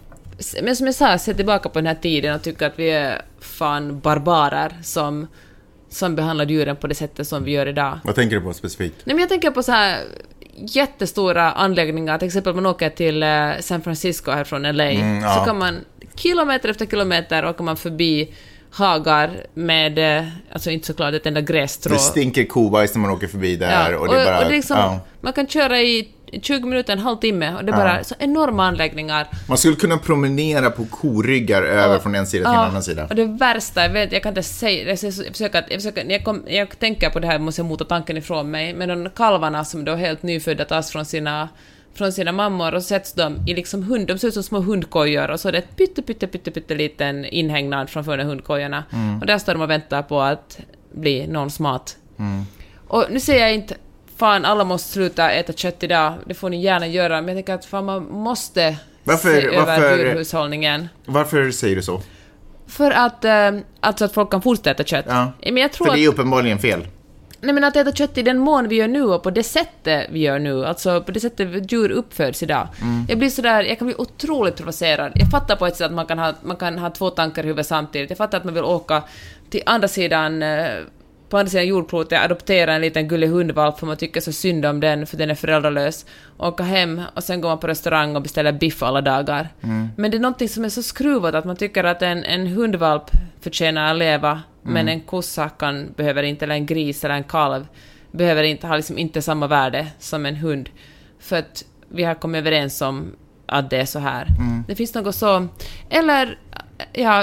[SPEAKER 5] men som jag sa, se tillbaka på den här tiden och tycka att vi är fan barbarer som... som behandlar djuren på det sättet som vi gör idag.
[SPEAKER 4] Vad tänker du på specifikt?
[SPEAKER 5] Nej, men jag tänker på så här jättestora anläggningar. Till exempel man åker till eh, San Francisco här från L A. Mm, ja. Så kan man kilometer efter kilometer åker man förbi hagar med, eh, alltså inte såklart ett enda grässtrå.
[SPEAKER 4] Det stinker kobajs när man åker förbi där.
[SPEAKER 5] Ja,
[SPEAKER 4] och, det är bara,
[SPEAKER 5] och det är liksom,
[SPEAKER 4] ja.
[SPEAKER 5] Man kan köra i tjugo minuter, en halvtimme, och det är bara ja. så enorma anläggningar.
[SPEAKER 4] Man skulle kunna promenera på koryggar över och, från en sida till
[SPEAKER 5] ja,
[SPEAKER 4] en annan sida.
[SPEAKER 5] Och det värsta, jag vet, jag kan inte säga, jag försöker, jag, försöker, jag, kom, jag tänker på det här, måste jag mota tanken ifrån mig, men de kalvarna som då helt nyfödda tas från sina, från sina mammor och sätts de i liksom hund, de ser ut som små hundkojor, och så är det ett pytte, pytte, pytte, pytte liten inhägnad framför de hundkojorna. Mm. Och där står de och väntar på att bli någons mat. Mm. Och nu säger jag inte fan, alla måste sluta äta kött idag. Det får ni gärna göra. Men jag tänker att fan, man måste
[SPEAKER 4] varför,
[SPEAKER 5] se över
[SPEAKER 4] varför,
[SPEAKER 5] djurhushållningen.
[SPEAKER 4] Varför säger du så?
[SPEAKER 5] För att, äh, alltså att folk kan fortsätta äta kött.
[SPEAKER 4] Ja.
[SPEAKER 5] Men jag tror
[SPEAKER 4] för det är
[SPEAKER 5] att,
[SPEAKER 4] uppenbarligen fel.
[SPEAKER 5] Nej, men att äta kött i den mån vi gör nu och på det sättet vi gör nu. Alltså på det sättet djur uppföds idag. Mm. Jag blir sådär, jag kan bli otroligt provocerad. Jag fattar på ett sätt att man kan ha, man kan ha två tankar i huvudet samtidigt. Jag fattar att man vill åka till andra sidan... Äh, på andra sidan jordklotet, adoptera en liten gullig hundvalp för man tycker så synd om den för den är föräldralös, åka hem och sen går man på restaurang och beställer biff alla dagar. Mm. Men det är någonting som är så skruvat att man tycker att en, en hundvalp förtjänar att leva, mm. men en kossa kan, behöver inte, eller en gris eller en kalv behöver inte, ha liksom inte samma värde som en hund, för att vi har kommit överens om att det är så här. Mm. Det finns något så, eller ja,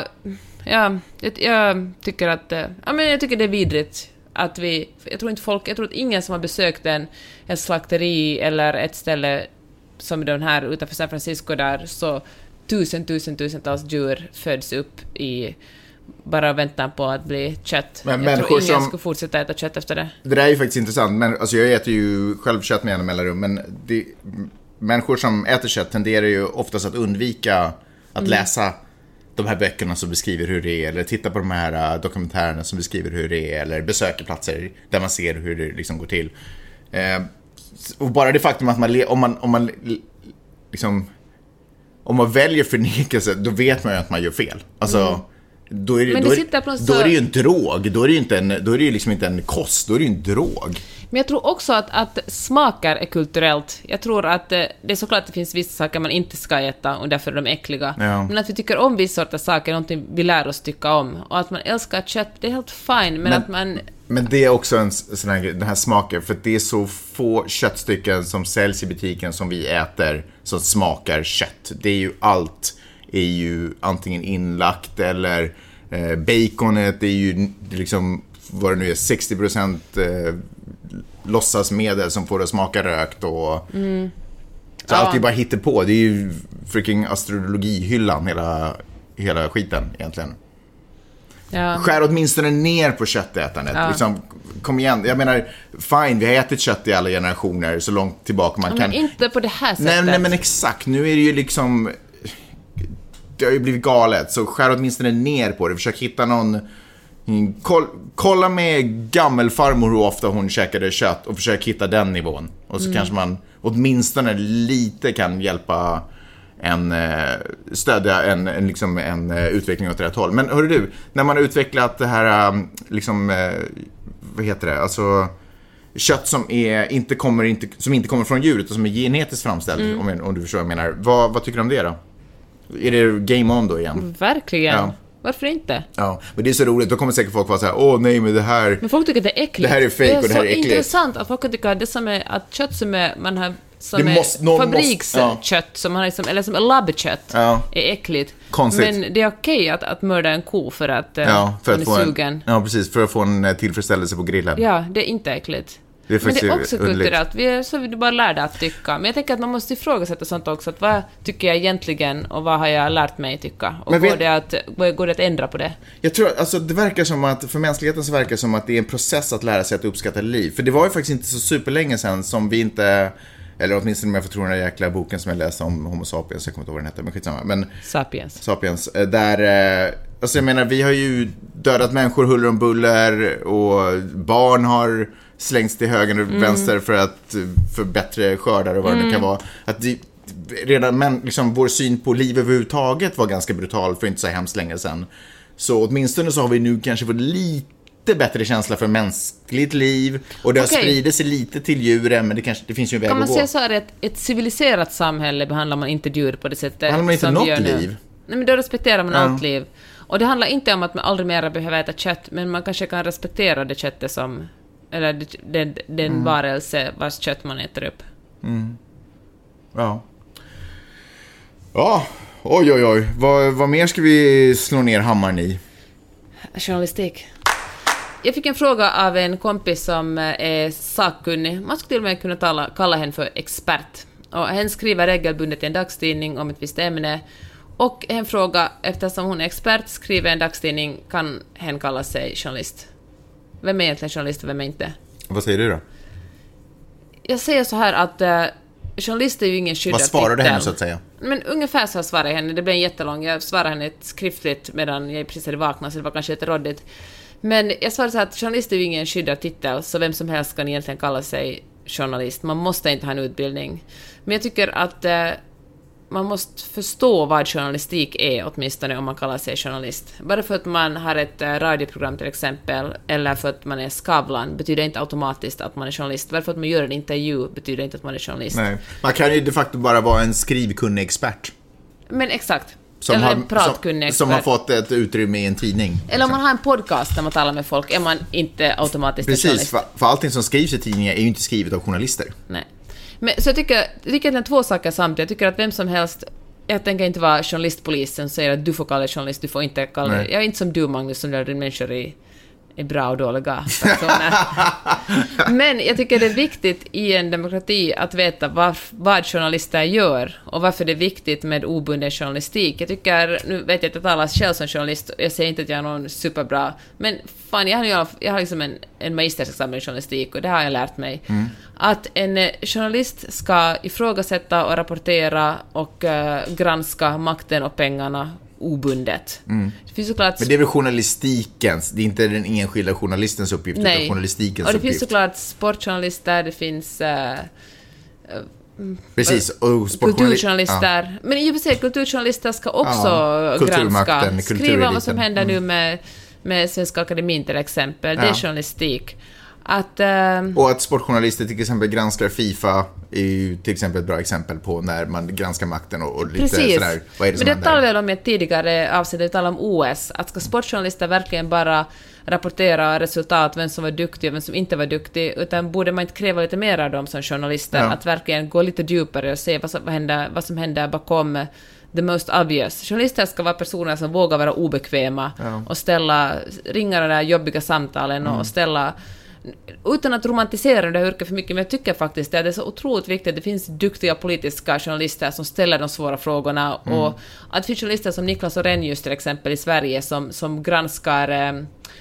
[SPEAKER 5] ja jag, jag tycker att ja, men jag tycker det är vidrigt att vi, jag tror inte folk, jag tror att ingen som har besökt en, en slakteri eller ett ställe som den här utanför San Francisco där så tusen, tusen, tusentals djur föds upp i bara väntan på att bli kött. Men jag tror ingen som, skulle fortsätta äta kött efter det.
[SPEAKER 4] Det där är ju faktiskt intressant, men alltså jag äter ju själv kött med en mellanrum, men det, människor som äter kött tenderar ju oftast att undvika att mm. läsa de här böckerna som beskriver hur det är, eller titta på de här dokumentärerna som beskriver hur det är, eller besöker platser där man ser hur det liksom går till. Eh, och bara det faktum att man, om man, om man liksom, om man väljer förnekelse, då vet man ju att man gör fel. Alltså, mm. då, är det, då, är, då är det ju en drog, då är det ju inte en, då är det ju liksom inte en kost, då är det ju en drog.
[SPEAKER 5] Men jag tror också att, att smaker är kulturellt. Jag tror att det är såklart att det finns vissa saker man inte ska äta och därför är de äckliga. Ja. Men att vi tycker om vissa sorters saker är någonting vi lär oss tycka om. Och att man älskar kött, det är helt fine. Men, men att man...
[SPEAKER 4] Men det är också en sån här, den här smaken, för det är så få köttstycken som säljs i butiken som vi äter som smakar kött. Det är ju allt är ju antingen inlagt eller eh, baconet är ju liksom, vad det nu är, sextio procent eh, låtsasmedel som får det att smaka rökt och mm. så ja. Allt är bara hittar på. Det är ju freaking astrologihyllan hela, hela skiten egentligen. Ja. Skär åtminstone ner på köttätandet. Ja. Liksom, kom igen. Jag menar, fine, vi har ätit kött i alla generationer så långt tillbaka man
[SPEAKER 5] ja,
[SPEAKER 4] kan.
[SPEAKER 5] Men inte på det här sättet.
[SPEAKER 4] Nej, nej, men exakt. Nu är det ju liksom, det har ju blivit galet. Så skär åtminstone ner på det. Försök hitta någon, koll, kolla med gammelfarmor hur ofta hon käkade kött och försök hitta den nivån. Och så mm. kanske man åtminstone lite kan hjälpa en, stödja en, en, liksom en utveckling åt rätt håll. Men hörru du, när man har utvecklat det här, liksom, vad heter det, alltså kött som, är, inte kommer, inte, som inte kommer från djuret och som är genetiskt framställd, mm. om, om du förstår vad jag menar. Vad, vad tycker du om det då? Är det game on då igen?
[SPEAKER 5] Verkligen. Ja. Varför inte?
[SPEAKER 4] Ja, men det är så roligt. Då kommer säkert folk vara så här: åh nej, men det här...
[SPEAKER 5] Men folk tycker att det är äckligt.
[SPEAKER 4] Det här är fake och det här är äckligt.
[SPEAKER 5] Det är så intressant att folk tycker att det som är, att kött som är, man har, som är fabrikskött, ja. som man har liksom, eller som är labbkött, ja. är äckligt. Konstigt. Men det är okej att, att mörda en ko för att,
[SPEAKER 4] ja, för
[SPEAKER 5] man
[SPEAKER 4] att
[SPEAKER 5] är
[SPEAKER 4] få
[SPEAKER 5] sugen.
[SPEAKER 4] En, ja, precis. För att få en tillfredsställelse på grillen.
[SPEAKER 5] Ja, det är inte äckligt. Det är men det är också kulturellt. Vi är så vi bara lärda att tycka. Men jag tänker att man måste ifrågasätta sånt också. Att vad tycker jag egentligen och vad har jag lärt mig tycka? Och går, vet, det att, går det att ändra på det?
[SPEAKER 4] Jag tror, alltså det verkar som att, för mänskligheten så verkar det som att det är en process att lära sig att uppskatta liv. För det var ju faktiskt inte så superlänge sedan som vi inte, eller åtminstone om jag får tro den här jäkla boken som jag läste om Homo sapiens, jag kommer inte ihåg vad den heter, men skitsamma. Men,
[SPEAKER 5] Sapiens.
[SPEAKER 4] Sapiens, där, alltså jag menar, vi har ju dödat människor huller om buller och barn har slängts till höger och vänster mm. för att för bättre skördar och vad mm. det kan vara. Att det, redan men, liksom, vår syn på liv överhuvudtaget var ganska brutal för inte så hemskt länge sedan. Så åtminstone så har vi nu kanske fått lite bättre känsla för mänskligt liv och det okay. har spridit sig lite till djuren, men det, kanske, det finns ju en väg
[SPEAKER 5] att gå.
[SPEAKER 4] Kan man
[SPEAKER 5] säga så här, ett, ett civiliserat samhälle behandlar man inte djur på det sättet.
[SPEAKER 4] Behandlar man inte något liv?
[SPEAKER 5] Nej, men då respekterar man ja. allt liv. Och det handlar inte om att man aldrig mer behöver äta kött, men man kanske kan respektera det köttet som, eller den, den mm. varelse vars kött man äter upp.
[SPEAKER 4] Mm. Ja. Ja, oj oj oj. Vad, vad mer ska vi slå ner hammaren i?
[SPEAKER 5] Journalistik. Jag fick en fråga av en kompis som är sakkunnig. Man skulle till och med kunna tala, kalla henne för expert. Och hen skriver regelbundet i en dagstidning om ett visst ämne. Och en fråga, eftersom hon är expert, skriver en dagstidning, kan hen kalla sig journalist? Vem är egentligen journalist och vem är inte?
[SPEAKER 4] Vad säger du då?
[SPEAKER 5] Jag säger så här att uh, journalist är ju ingen skyddad titel.
[SPEAKER 4] Vad svarar du henne så att säga?
[SPEAKER 5] Men ungefär så svarar jag henne. Det blir en jättelång. Jag svarar henne skriftligt medan jag precis hade vaknat, så det var kanske lite råddigt. Men jag svarar så här att journalist är ju ingen skyddad titel, så vem som helst kan egentligen kalla sig journalist. Man måste inte ha en utbildning. Men jag tycker att uh, man måste förstå vad journalistik är, åtminstone om man kallar sig journalist. Bara för att man har ett uh, radioprogram till exempel, eller för att man är Skavlan, betyder inte automatiskt att man är journalist. Bara för att man gör en intervju betyder inte att man är journalist.
[SPEAKER 4] Nej. Man kan ju de facto bara vara en skrivkunnig expert.
[SPEAKER 5] Men exakt.
[SPEAKER 4] Som
[SPEAKER 5] eller
[SPEAKER 4] har,
[SPEAKER 5] en pratkunnig expert.
[SPEAKER 4] Som har fått ett utrymme i en tidning.
[SPEAKER 5] Eller om man har en podcast där man talar med folk, är man inte automatiskt
[SPEAKER 4] Precis,
[SPEAKER 5] journalist.
[SPEAKER 4] Precis, för, för allting som skrivs i tidningar är ju inte skrivet av journalister.
[SPEAKER 5] Nej. Men, så jag tycker, jag tycker att det är två saker samtidigt. Jag tycker att vem som helst, jag tänker inte vara journalistpolisen som säger att du får kalla dig journalist, du får inte kalla dig. Jag är inte som du, Magnus, som lär din människor i är bra och dåliga personer. Men jag tycker det är viktigt i en demokrati att veta vad, vad journalister gör och varför det är viktigt med obunden journalistik. Jag tycker, nu vet jag att jag talar själv som journalist, jag säger inte att jag är någon superbra, men fan, jag har, jag har liksom en, en magisterexamen i journalistik och det har jag lärt mig. Mm. Att en journalist ska ifrågasätta och rapportera och uh, granska makten och pengarna obundet. Mm. Det finns såklart...
[SPEAKER 4] Men det är väl journalistikens, det är inte den enskilda journalistens uppgift,
[SPEAKER 5] Nej.
[SPEAKER 4] utan journalistikens
[SPEAKER 5] och det
[SPEAKER 4] uppgift.
[SPEAKER 5] Finns såklart sportjournalister, det finns uh,
[SPEAKER 4] uh, Precis, och
[SPEAKER 5] kulturjournalister. Ja. Men i och för sig, kulturjournalister ska också ja, granska, skriva vad som händer mm. nu med, med Svenska Akademin till exempel. Ja. Det är journalistik. Att, uh,
[SPEAKER 4] och att sportjournalister till exempel granskar FIFA är ju till exempel ett bra exempel på när man granskar makten och, och lite
[SPEAKER 5] precis.
[SPEAKER 4] Sådär. Vad är det som
[SPEAKER 5] Men det talade väl om ett tidigare avsnitt, det talade om O S. Att ska sportjournalister verkligen bara rapportera resultat, vem som var duktig och vem som inte var duktig, utan borde man inte kräva lite mer av dem som journalister, ja. Att verkligen gå lite djupare och se vad som händer, vad som händer bakom the most obvious. Journalister ska vara personer som vågar vara obekväma ja. Och ställa, ringa de där jobbiga samtalen mm. och ställa, utan att romantisera det här yrket för mycket, men jag tycker faktiskt att det är så otroligt viktigt att det finns duktiga politiska journalister som ställer de svåra frågorna mm. och att det finns journalister som Niklas Orenius till exempel i Sverige som, som granskar eh,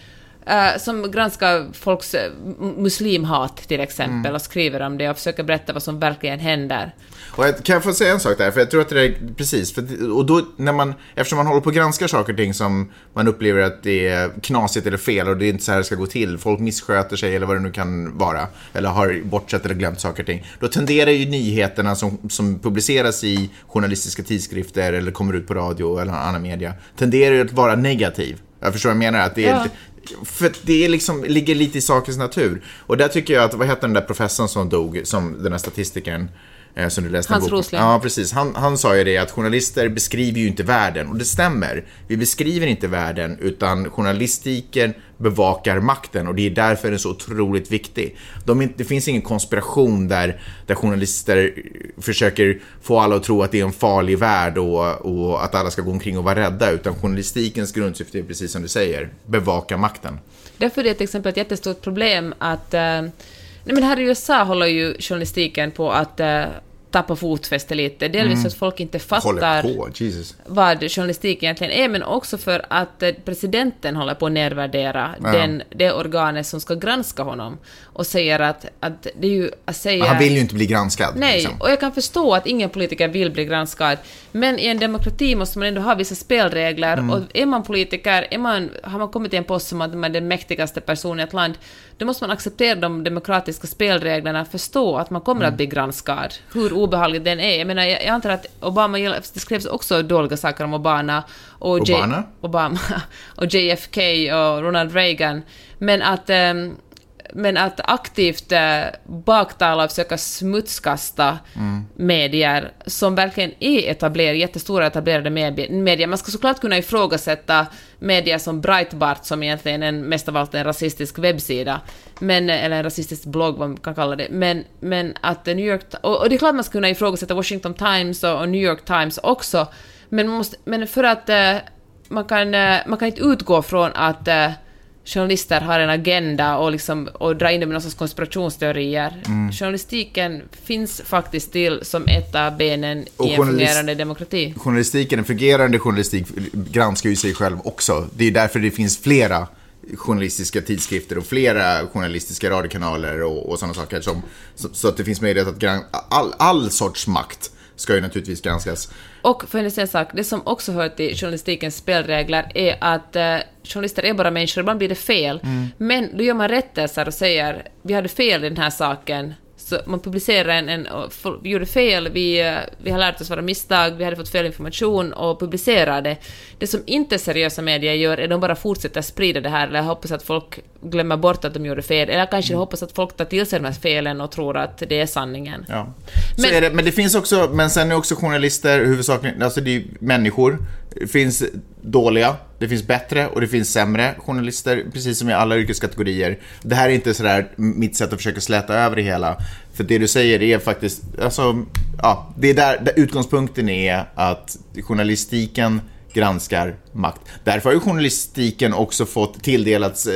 [SPEAKER 5] Uh, som granskar folks uh, muslimhat till exempel mm. och skriver om det och försöker berätta vad som verkligen händer.
[SPEAKER 4] Och jag, kan jag få säga en sak där? För jag tror att det är precis. För, och då, när man, eftersom man håller på att granska saker och ting som man upplever att det är knasigt eller fel och det är inte så här det ska gå till. Folk missköter sig eller vad det nu kan vara. Eller har bortsett eller glömt saker och ting. Då tenderar ju nyheterna som, som publiceras i journalistiska tidskrifter eller kommer ut på radio eller annan media. Tenderar ju att vara negativ. Jag förstår vad jag menar. Att det är
[SPEAKER 5] ja.
[SPEAKER 4] För det är liksom, ligger lite i sakens natur. Och där tycker jag att, vad heter den där professorn som dog, som den här statistikern eh, som du läste
[SPEAKER 5] Hans Rosling.
[SPEAKER 4] Ja, precis. Han, han sa ju det att journalister beskriver ju inte världen. Och det stämmer. Vi beskriver inte världen, utan journalistiken bevakar makten. Och det är därför den är så otroligt viktig. De, det finns ingen konspiration där, där journalister försöker få alla att tro att det är en farlig värld och, och att alla ska gå omkring och vara rädda. Utan journalistikens grundsyfte är precis som du säger, bevaka makten.
[SPEAKER 5] Därför är det till exempel ett jättestort problem att... Eh, nej men här i U S A håller ju journalistiken på att eh, tappa fotfäste lite. Delvis mm. att folk inte fattar
[SPEAKER 4] på,
[SPEAKER 5] vad journalistik egentligen är, men också för att eh, presidenten håller på att nedvärdera
[SPEAKER 4] ja.
[SPEAKER 5] den, det organet som ska granska honom och säger att, att det är ju att säga...
[SPEAKER 4] Han vill ju inte bli granskad.
[SPEAKER 5] Nej,
[SPEAKER 4] liksom.
[SPEAKER 5] Och jag kan förstå att ingen politiker vill bli granskad, men i en demokrati måste man ändå ha vissa spelregler mm. och är man politiker, är man, har man kommit till en post som att man är den mäktigaste personen i ett land, då måste man acceptera de demokratiska spelreglerna, förstå att man kommer mm. att bli granskad, hur obehagligt den är. Jag menar, jag, jag antar att Obama, det skrevs också dåliga saker om Obama och,
[SPEAKER 4] Obama?
[SPEAKER 5] J, Obama, och J F K och Ronald Reagan, men att... Um, men att aktivt eh, baktala och försöka smutskasta mm. medier som verkligen är etablerade, jättestora etablerade medier. Man ska såklart kunna ifrågasätta medier som Breitbart, som egentligen är en, mest av allt en rasistisk webbsida, men, eller en rasistisk blogg, vad man kan kalla det. Men, men att New York... Och, och det är klart man ska kunna ifrågasätta Washington Times och, och New York Times också, men, man måste, men för att eh, man, kan, eh, man kan inte utgå från att... Eh, journalister har en agenda och, liksom, och drar in det med någon sorts konspirationsteorier. Mm. Journalistiken finns faktiskt till som ett av benen och i en fungerande demokrati.
[SPEAKER 4] Journalistiken, en fungerande journalistik granskar ju sig själv också. Det är därför det finns flera journalistiska tidskrifter och flera journalistiska radiokanaler och, och sådana saker. Som, så, så att det finns möjlighet att gran- all, all sorts makt ska ju naturligtvis granskas.
[SPEAKER 5] Och för en sak, det som också hör till journalistikens spelregler är att eh, journalister är bara människor, ibland blir det fel. Mm. Men då gör man rättelser och säger, vi hade fel i den här saken. Så man publicerar en, en vi gjorde fel, vi, vi har lärt oss våra misstag, vi hade fått fel information och publicerar det. Det som inte seriösa medier gör är att de bara fortsätter sprida det här, eller hoppas att folk glömmer bort att de gjorde fel, eller kanske mm. hoppas att folk tar till sig de här felen och tror att det är sanningen.
[SPEAKER 4] Ja. Men, så är det, men det finns också, men sen är också journalister huvudsakligen, alltså det är människor, det finns dåliga, det finns bättre och det finns sämre journalister, precis som i alla yrkeskategorier. Det här är inte sådär mitt sätt att försöka släta över det hela. För det du säger är faktiskt, alltså, ja, det är där, där utgångspunkten är att journalistiken granskar makt. Därför har ju journalistiken också fått tilldelats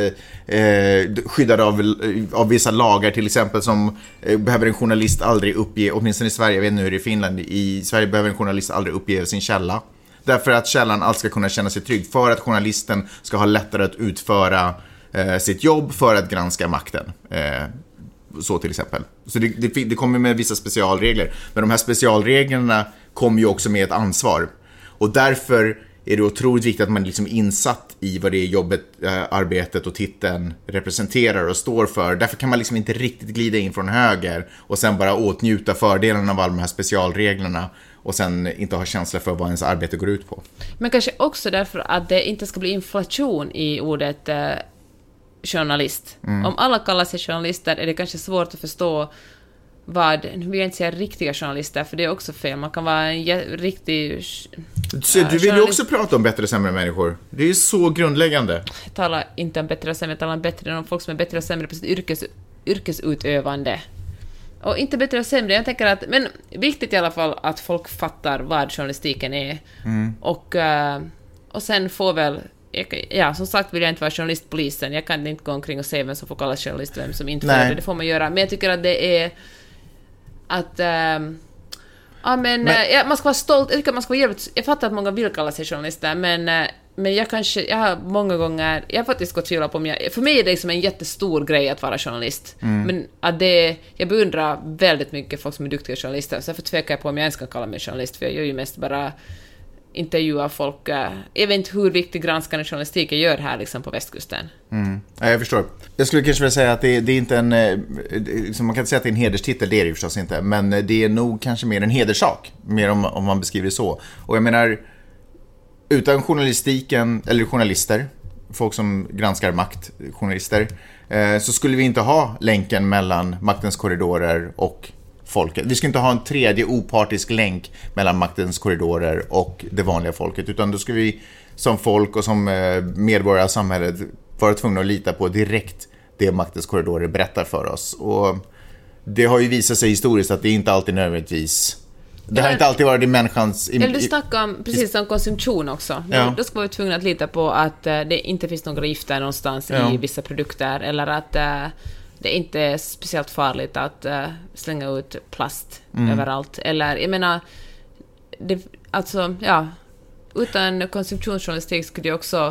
[SPEAKER 4] eh, skyddad av, av vissa lagar, till exempel som eh, behöver en journalist aldrig uppge, åtminstone i Sverige, jag vet inte hur det är i Finland, i Sverige behöver en journalist aldrig uppge sin källa. Därför att källan alltid ska kunna känna sig trygg, för att journalisten ska ha lättare att utföra eh, sitt jobb för att granska makten. Eh, så till exempel. Så det, det, det kommer med vissa specialregler. Men de här specialreglerna kommer ju också med ett ansvar. Och därför är det otroligt viktigt att man liksom är insatt i vad det jobbet, äh, arbetet och titeln representerar och står för. Därför kan man liksom inte riktigt glida in från höger och sen bara åtnjuta fördelarna av alla de här specialreglerna och sen inte ha känsla för vad ens arbete går ut på.
[SPEAKER 5] Men kanske också därför att det inte ska bli inflation i ordet eh, journalist. Mm. Om alla kallar sig journalister är det kanske svårt att förstå vad, nu vill jag inte säga riktiga journalister, för det är också fel. Man kan vara en jä- riktig...
[SPEAKER 4] Så, du vill ju också prata om bättre och sämre människor. Det är ju så grundläggande.
[SPEAKER 5] Jag talar inte om bättre och sämre, jag talar om bättre än om folk som är bättre och sämre på sitt yrkes, yrkesutövande. Och inte bättre och sämre, jag tänker att... Men viktigt i alla fall att folk fattar vad journalistiken är. Mm. Och, och sen får väl... Ja, som sagt vill jag inte vara journalistpolisen. Jag kan inte gå omkring och se vem som får kallas journalist och vem som inte får det. Det får man göra. Men jag tycker att det är... att ähm, ja, men, men, ja, man ska vara stolt. Jag tycker man ska vara jävligt, jag fattar att många vill kalla sig journalister, men, Men jag kanske, jag har många gånger, jag har faktiskt gått tvivla på om jag, för mig är det liksom en jättestor grej att vara journalist. Mm. Men att det, jag beundrar väldigt mycket folk som är duktiga journalister, så därför tvekar jag på om jag ens kan kalla mig journalist, för jag gör ju mest bara intervjuar folk. Jag vet inte hur viktig granskande journalistik jag gör här liksom på västkusten.
[SPEAKER 3] Mm. Ja, jag förstår. Jag skulle kanske vilja säga att det, det är inte en, liksom man kan inte säga att det är en hederstitel, det är det förstås inte, men det är nog kanske mer en hederssak, mer om, om man beskriver det så. Och jag menar, utan journalistiken, eller journalister, folk som granskar makt, journalister, eh, så skulle vi inte ha länken mellan maktens korridorer och folket. Vi skulle inte ha en tredje opartisk länk mellan maktens korridorer och det vanliga folket, utan då skulle vi som folk och som eh, medborgare av samhället vara tvungna att lita på direkt det maktens korridorer berättar för oss. Och det har ju visat sig historiskt att det inte alltid nödvändigtvis. Det har inte alltid varit i människans...
[SPEAKER 5] Eller du snackar om, precis som konsumtion också. Ja. Då ska vi tvungna att lita på att uh, det inte finns några gifter någonstans ja. i vissa produkter, eller att uh, det inte är speciellt farligt att uh, slänga ut plast mm. överallt. Eller, jag menar, det, alltså, ja, utan konsumtionsjournalistik skulle det också...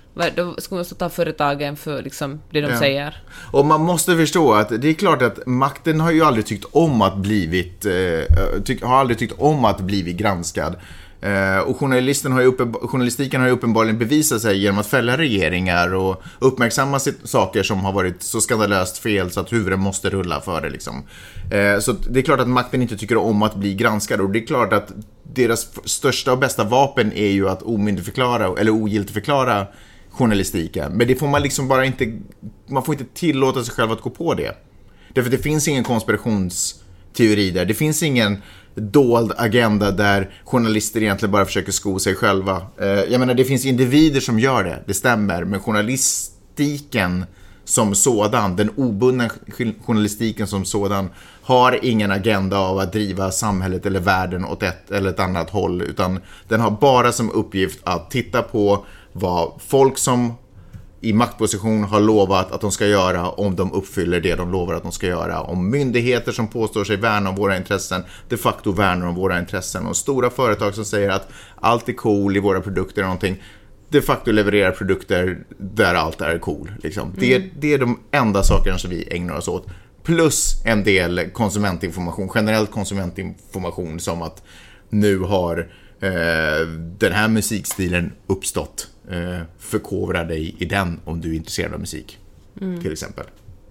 [SPEAKER 5] Då ska man också ta företagen för liksom det de ja. säger.
[SPEAKER 3] Och man måste förstå att det är klart att makten har ju aldrig tyckt om att blivit eh, tyck, har aldrig tyckt om att blivit granskad. Eh, och journalisten har ju uppen, journalistiken har ju uppenbarligen bevisat sig genom att fälla regeringar och uppmärksamma saker som har varit så skandalöst fel så att huvuden måste rulla för det liksom. Eh, så det är klart att makten inte tycker om att bli granskad, och det är klart att deras största och bästa vapen är ju att omyndigförklara eller ogiltigförklara journalistiken. Men det får man liksom bara inte, man får inte tillåta sig själv att gå på det. Därför det finns ingen konspirationsteori där. Det finns ingen dold agenda där journalister egentligen bara försöker sko sig själva. Jag menar, det finns individer som gör det, det stämmer. Men journalistiken som sådan, den obundna journalistiken som sådan, har ingen agenda av att driva samhället eller världen åt ett eller ett annat håll. Utan den har bara som uppgift att titta på vad folk som i maktposition har lovat att de ska göra, om de uppfyller det de lovar att de ska göra. Om myndigheter som påstår sig värna om våra intressen de facto värnar om våra intressen. Och stora företag som säger att allt är cool i våra produkter eller någonting, de facto levererar produkter där allt är cool. Liksom. Mm. Det, det är de enda sakerna som vi ägnar oss åt. Plus en del konsumentinformation, generellt konsumentinformation, som att nu har eh, den här musikstilen uppstått. Eh, förkovra dig i den om du är intresserad av musik, mm. till exempel.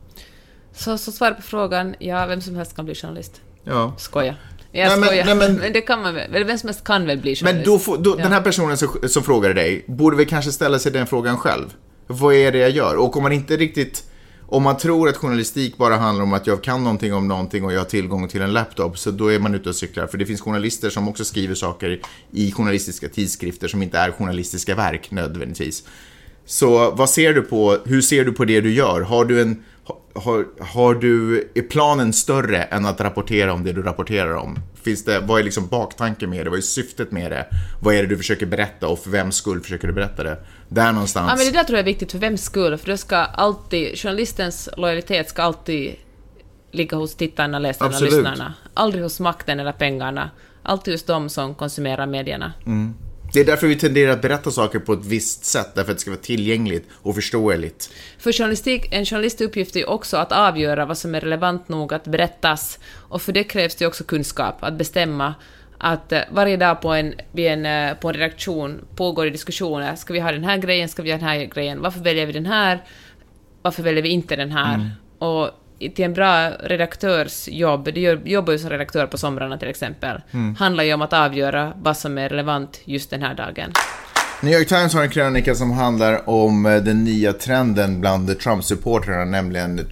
[SPEAKER 5] Så, så svar på frågan, ja, vem som helst kan bli journalist.
[SPEAKER 3] Ja.
[SPEAKER 5] Skoja. Jag
[SPEAKER 3] nej,
[SPEAKER 5] skojar.
[SPEAKER 3] Men, nej, men,
[SPEAKER 5] men det kan man väl. Vem som helst kan väl bli journalist.
[SPEAKER 3] Men då får, då, ja. Den här personen som, som frågade dig borde väl kanske ställa sig den frågan själv. Vad är det jag gör? Och om man inte riktigt, om man tror att journalistik bara handlar om att jag kan någonting om någonting och jag har tillgång till en laptop, så då är man ute och cyklar. För det finns journalister som också skriver saker i journalistiska tidskrifter som inte är journalistiska verk nödvändigtvis. Så vad ser du på, hur ser du på det du gör? Har du en, har, har du, är planen större än att rapportera om det du rapporterar om? Finns det, vad är liksom baktanken med det? Vad är syftet med det? Vad är det du försöker berätta och för vems skull försöker du berätta det? Där någonstans.
[SPEAKER 5] Ja, men det där tror jag är viktigt, för vems skull. För det ska alltid, journalistens lojalitet ska alltid ligga hos tittarna, läsarna,
[SPEAKER 3] absolut.
[SPEAKER 5] Lyssnarna. Aldrig hos makten eller pengarna. Alltid hos de som konsumerar medierna.
[SPEAKER 3] Mm. Det är därför vi tenderar att berätta saker på ett visst sätt, därför att det ska vara tillgängligt och förståeligt.
[SPEAKER 5] För journalistik, en journalistuppgift är också att avgöra vad som är relevant nog att berättas, och för det krävs det också kunskap, att bestämma att varje dag på en, en, på en redaktion pågår det diskussioner. Ska vi ha den här grejen, ska vi ha den här grejen? Varför väljer vi den här? Varför väljer vi inte den här? Mm. Och till en bra redaktörsjobb, det gör, jobbar ju som redaktör på somrarna till exempel, mm. handlar ju om att avgöra vad som är relevant just den här dagen.
[SPEAKER 3] New York Times har en krönika som handlar om den nya trenden bland Trump-supportrarna, nämligen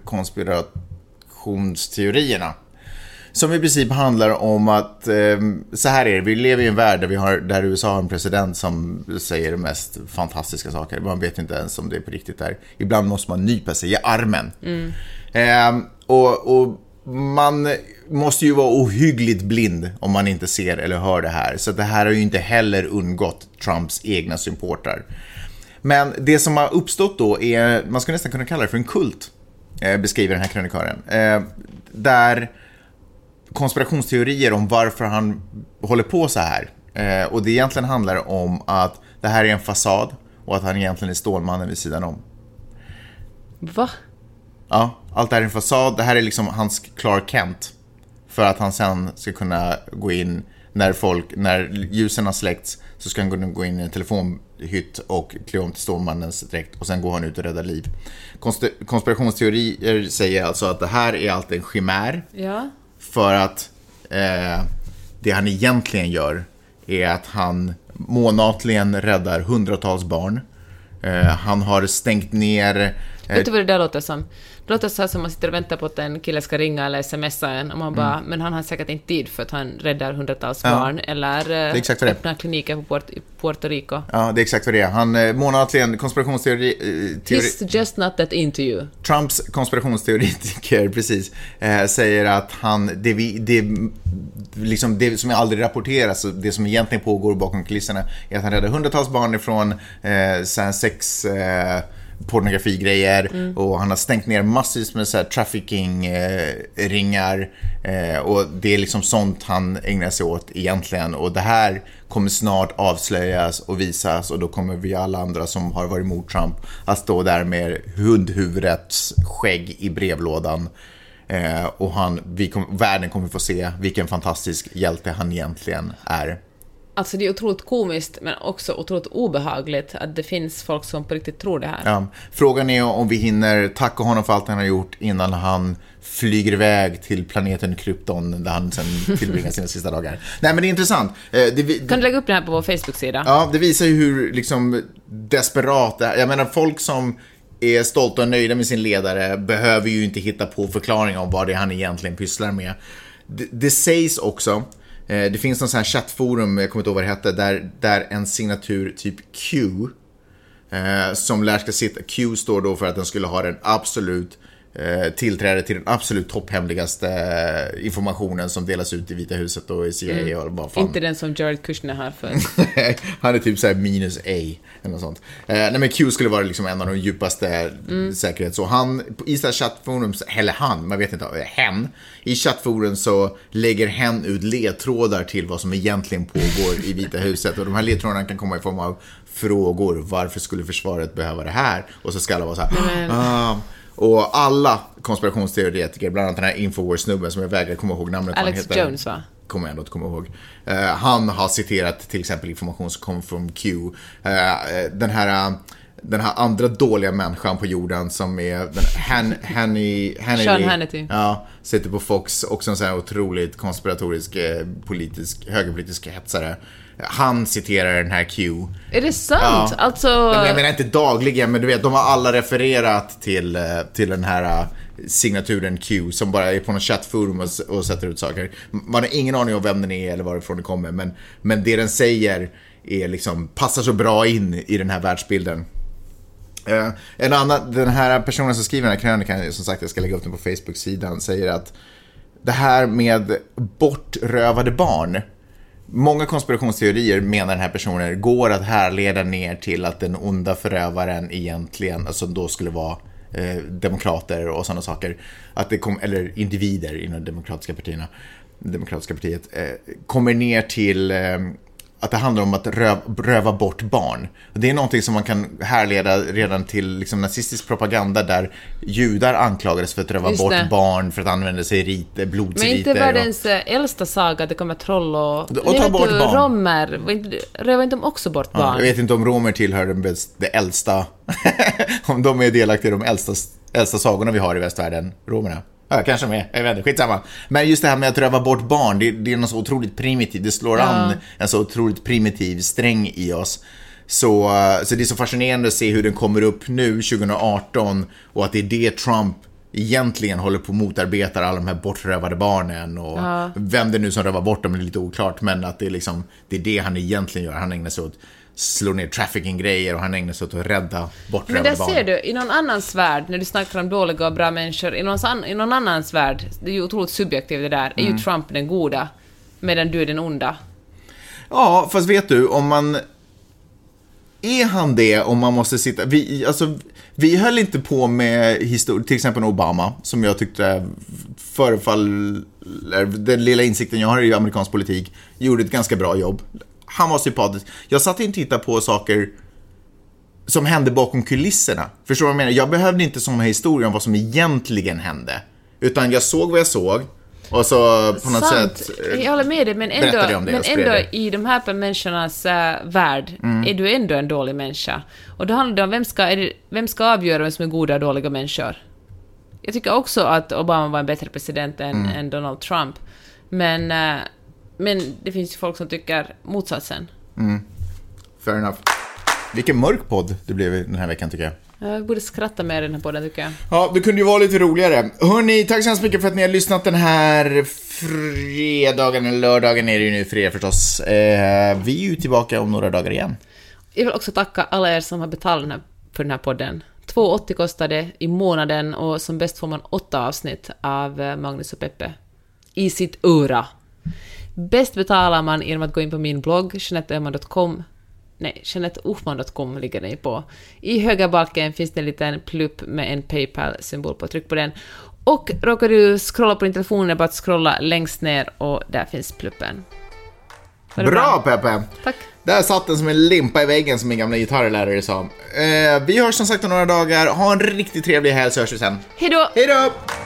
[SPEAKER 3] Trump-konspirationsteorierna. Som i princip handlar om att, eh, så här är det, vi lever i en värld där, vi har, där U S A har en president som säger de mest fantastiska saker. Man vet inte ens om det är på riktigt där. Ibland måste man nypa sig i armen. Mm. Eh, och, och man måste ju vara ohyggligt blind om man inte ser eller hör det här. Så det här har ju inte heller undgått Trumps egna supportrar. Men det som har uppstått då är, man ska nästan kunna kalla det för en kult, eh, beskriver den här krönikören. Eh, där konspirationsteorier om varför han håller på så här. Eh, och det egentligen handlar om att det här är en fasad och att han egentligen är Stålmannen vid sidan om.
[SPEAKER 5] Va?
[SPEAKER 3] Ja, allt det här är en fasad. Det här är liksom hans Clark Kent. För att han sen ska kunna gå in när folk, när ljusen har släckts, så ska han kunna gå in i en telefonhytt och klä om till Stålmannens dräkt och sen går han ut och räddar liv. Konst- konspirationsteorier säger alltså att det här är allt en chimär.
[SPEAKER 5] Ja.
[SPEAKER 3] För att eh, det han egentligen gör är att han månatligen räddar hundratals barn. Eh, han har stängt ner... Eh,
[SPEAKER 5] Vet du vad det där låter som? Det låter så här som man sitter och väntar på att en kille ska ringa eller smsa en och man bara, mm. men han har säkert inte tid för att han räddar hundratals
[SPEAKER 3] ja.
[SPEAKER 5] barn eller eh, öppnar kliniker på Port- Puerto Rico.
[SPEAKER 3] Ja, det är exakt vad det är. Han eh, månatligen konspirationsteori... Eh, teori-
[SPEAKER 5] He's just not that into you.
[SPEAKER 3] Trumps konspirationsteoretiker precis eh, säger att han det, vi, det, liksom det som aldrig rapporteras, det som egentligen pågår bakom kulisserna, är att han räddar hundratals barn ifrån eh, sex eh, pornografigrejer mm. och han har stängt ner massvis med så här trafficking eh, ringar eh, och det är liksom sånt han ägnar sig åt egentligen, och det här kommer snart avslöjas och visas, och då kommer vi alla andra som har varit emot Trump att stå där med hundhuvudets skägg i brevlådan eh, och han, vi kom, världen kommer få se vilken fantastisk hjälte han egentligen är.
[SPEAKER 5] Alltså det är otroligt komiskt men också otroligt obehagligt att det finns folk som på riktigt tror det här.
[SPEAKER 3] Ja, frågan är om vi hinner tacka honom för allt han har gjort innan han flyger iväg till planeten Krypton där han sen tillbringar sina sista dagar. Nej, men det är intressant. Det, det,
[SPEAKER 5] kan du lägga upp det här på vår Facebook-sida?
[SPEAKER 3] Ja, det visar ju hur liksom desperat det är. Jag menar, folk som är stolta och nöjda med sin ledare behöver ju inte hitta på förklaringar om vad det är han egentligen pysslar med. Det, det sägs också, det finns någon sån här chattforum, jag kommer inte ihåg vad det hette, där, där en signatur typ Q eh, som lär ska sitta, Q står då för att den skulle ha den absolut eh, tillträde till den absolut topphemligaste eh, informationen som delas ut i Vita huset och i C I A mm. och bara fan.
[SPEAKER 5] Inte den som Jared Kushner har för.
[SPEAKER 3] Han är typ så här minus A eller något sånt. Eh, nej, men Q skulle vara liksom en av de djupaste mm. säkerhets. Så han i så här chattforum, eller han, man vet inte, hen i chattforum så lägger hen ut ledtrådar till vad som egentligen pågår i Vita huset, och de här ledtrådarna kan komma i form av frågor. Varför skulle försvaret behöva det här? Och så ska alla vara så här.
[SPEAKER 5] Men...
[SPEAKER 3] Ah. Och alla konspirationsteoretiker, bland annat den här Infowars-snubben som jag vägrar komma ihåg namnet.
[SPEAKER 5] Alex
[SPEAKER 3] heter,
[SPEAKER 5] Jones, va?
[SPEAKER 3] Kommer jag ändå inte komma ihåg. Uh, han har citerat till exempel information som kom från Q. Uh, den här... Den här andra dåliga människan på jorden som är den Han, Hanny, Hannity,
[SPEAKER 5] Sean Hannity.
[SPEAKER 3] Ja, sitter på Fox, också en sån här otroligt konspiratorisk politisk, högerpolitisk hetsare. Han citerar den här Q.
[SPEAKER 5] Är det sant?
[SPEAKER 3] Ja.
[SPEAKER 5] Alltså...
[SPEAKER 3] Jag menar inte dagligen, men du vet, de har alla refererat till, till den här signaturen Q som bara är på någon chattforum och, och sätter ut saker. Man har ingen aning om vem den är eller varifrån den kommer, men, men det den säger är liksom, passar så bra in i den här världsbilden. Uh, en annan, den här personen som skriver den här krönikan, som sagt jag ska lägga upp den på Facebook-sidan, säger att det här med bortrövade barn, många konspirationsteorier menar den här personen går att härleda ner till att den onda förövaren egentligen, alltså då skulle vara eh, demokrater och sådana saker, att det kom, eller individer inom demokratiska partierna, demokratiska partiet eh, kommer ner till eh, att det handlar om att röv, röva bort barn. Och det är någonting som man kan härleda redan till liksom nazistisk propaganda där judar anklagades för att röva
[SPEAKER 5] Just
[SPEAKER 3] bort
[SPEAKER 5] det.
[SPEAKER 3] barn för att använda sig i riter, blodsriter.
[SPEAKER 5] Men inte världens och... äldsta saga, det kommer troll och...
[SPEAKER 3] Och ta bort
[SPEAKER 5] du,
[SPEAKER 3] barn.
[SPEAKER 5] Romer, rövar inte de också bort barn?
[SPEAKER 3] Ja, jag vet inte om romer tillhör de, de äldsta, om de är delaktiga i de äldsta, äldsta sagorna vi har i västvärlden, romerna. Ja, kanske med, jag vet inte, skitsamma. Men just det här med att röva bort barn, det, det är något så otroligt primitivt. Det slår ja. an en så otroligt primitiv sträng i oss. Så, så det är så fascinerande att se hur den kommer upp nu tjugo arton och att det är det Trump egentligen håller på att motarbeta, alla de här bortrövade barnen och
[SPEAKER 5] ja.
[SPEAKER 3] vem det nu som rövar bort dem är lite oklart, men att det är liksom, det är det han egentligen gör. Han ägnar sig åt slå ner trafficking-grejer och han ägnar sig åt att rädda bortrövade barn.
[SPEAKER 5] Men där ser du, i någon annans värld, när du snackar om dåliga och bra människor, i någon, i någon annans värld, det är ju otroligt subjektivt det där, är mm. ju Trump den goda, medan du är den onda.
[SPEAKER 3] Ja, fast vet du, om man... Är han det om man måste sitta... Vi, alltså, vi höll inte på med historia, till exempel Obama, som jag tyckte förefall... Den lilla insikten jag har i amerikansk politik, gjorde ett ganska bra jobb.
[SPEAKER 4] Han var sympatisk. Jag satt inte och tittade på saker som hände bakom kulisserna. Förstår du vad jag menar? Jag behövde inte som här historia om vad som egentligen hände. Utan jag såg vad jag såg. Och så på något
[SPEAKER 5] Sant.
[SPEAKER 4] sätt
[SPEAKER 5] jag håller med dig, men ändå,
[SPEAKER 4] det
[SPEAKER 5] men ändå i de här människornas uh, värld mm. är du ändå en dålig människa. Och då handlar det om vem ska, är det, vem ska avgöra vem som är goda och dåliga människor. Jag tycker också att Obama var en bättre president än, mm. än Donald Trump. Men, uh, men det finns ju folk som tycker motsatsen.
[SPEAKER 4] Mm. Fair enough. Vilken mörk podd det blev den här veckan tycker jag.
[SPEAKER 5] Jag borde skratta mer i den här podden tycker jag.
[SPEAKER 4] Ja, det kunde ju vara lite roligare. Hörrni, tack så hemskt mycket för att ni har lyssnat den här fredagen eller lördagen är det ju nu fredag förstås. Eh, vi är ju tillbaka om några dagar igen.
[SPEAKER 5] Jag vill också tacka alla er som har betalat den här, för den här podden. två åttio kostar det i månaden och som bäst får man åtta avsnitt av Magnus och Peppe i sitt öra. Bäst betalar man genom att gå in på min blogg jeanette öhman punkt com. Nej, jeanette ohman punkt com ligger den på. I högra baken finns det en liten plupp med en PayPal-symbol på. Tryck på den. Och råkar du scrolla på din telefon är bara att scrolla längst ner och där finns pluppen.
[SPEAKER 4] Bra, bra Peppe!
[SPEAKER 5] Tack!
[SPEAKER 4] Där satt den som en limpa i väggen som min gamla gitarrlärare sa. Eh, vi hörs som sagt om några dagar. Ha en riktigt trevlig helg så hörs vi sen.
[SPEAKER 5] Hej då!
[SPEAKER 4] Hej då!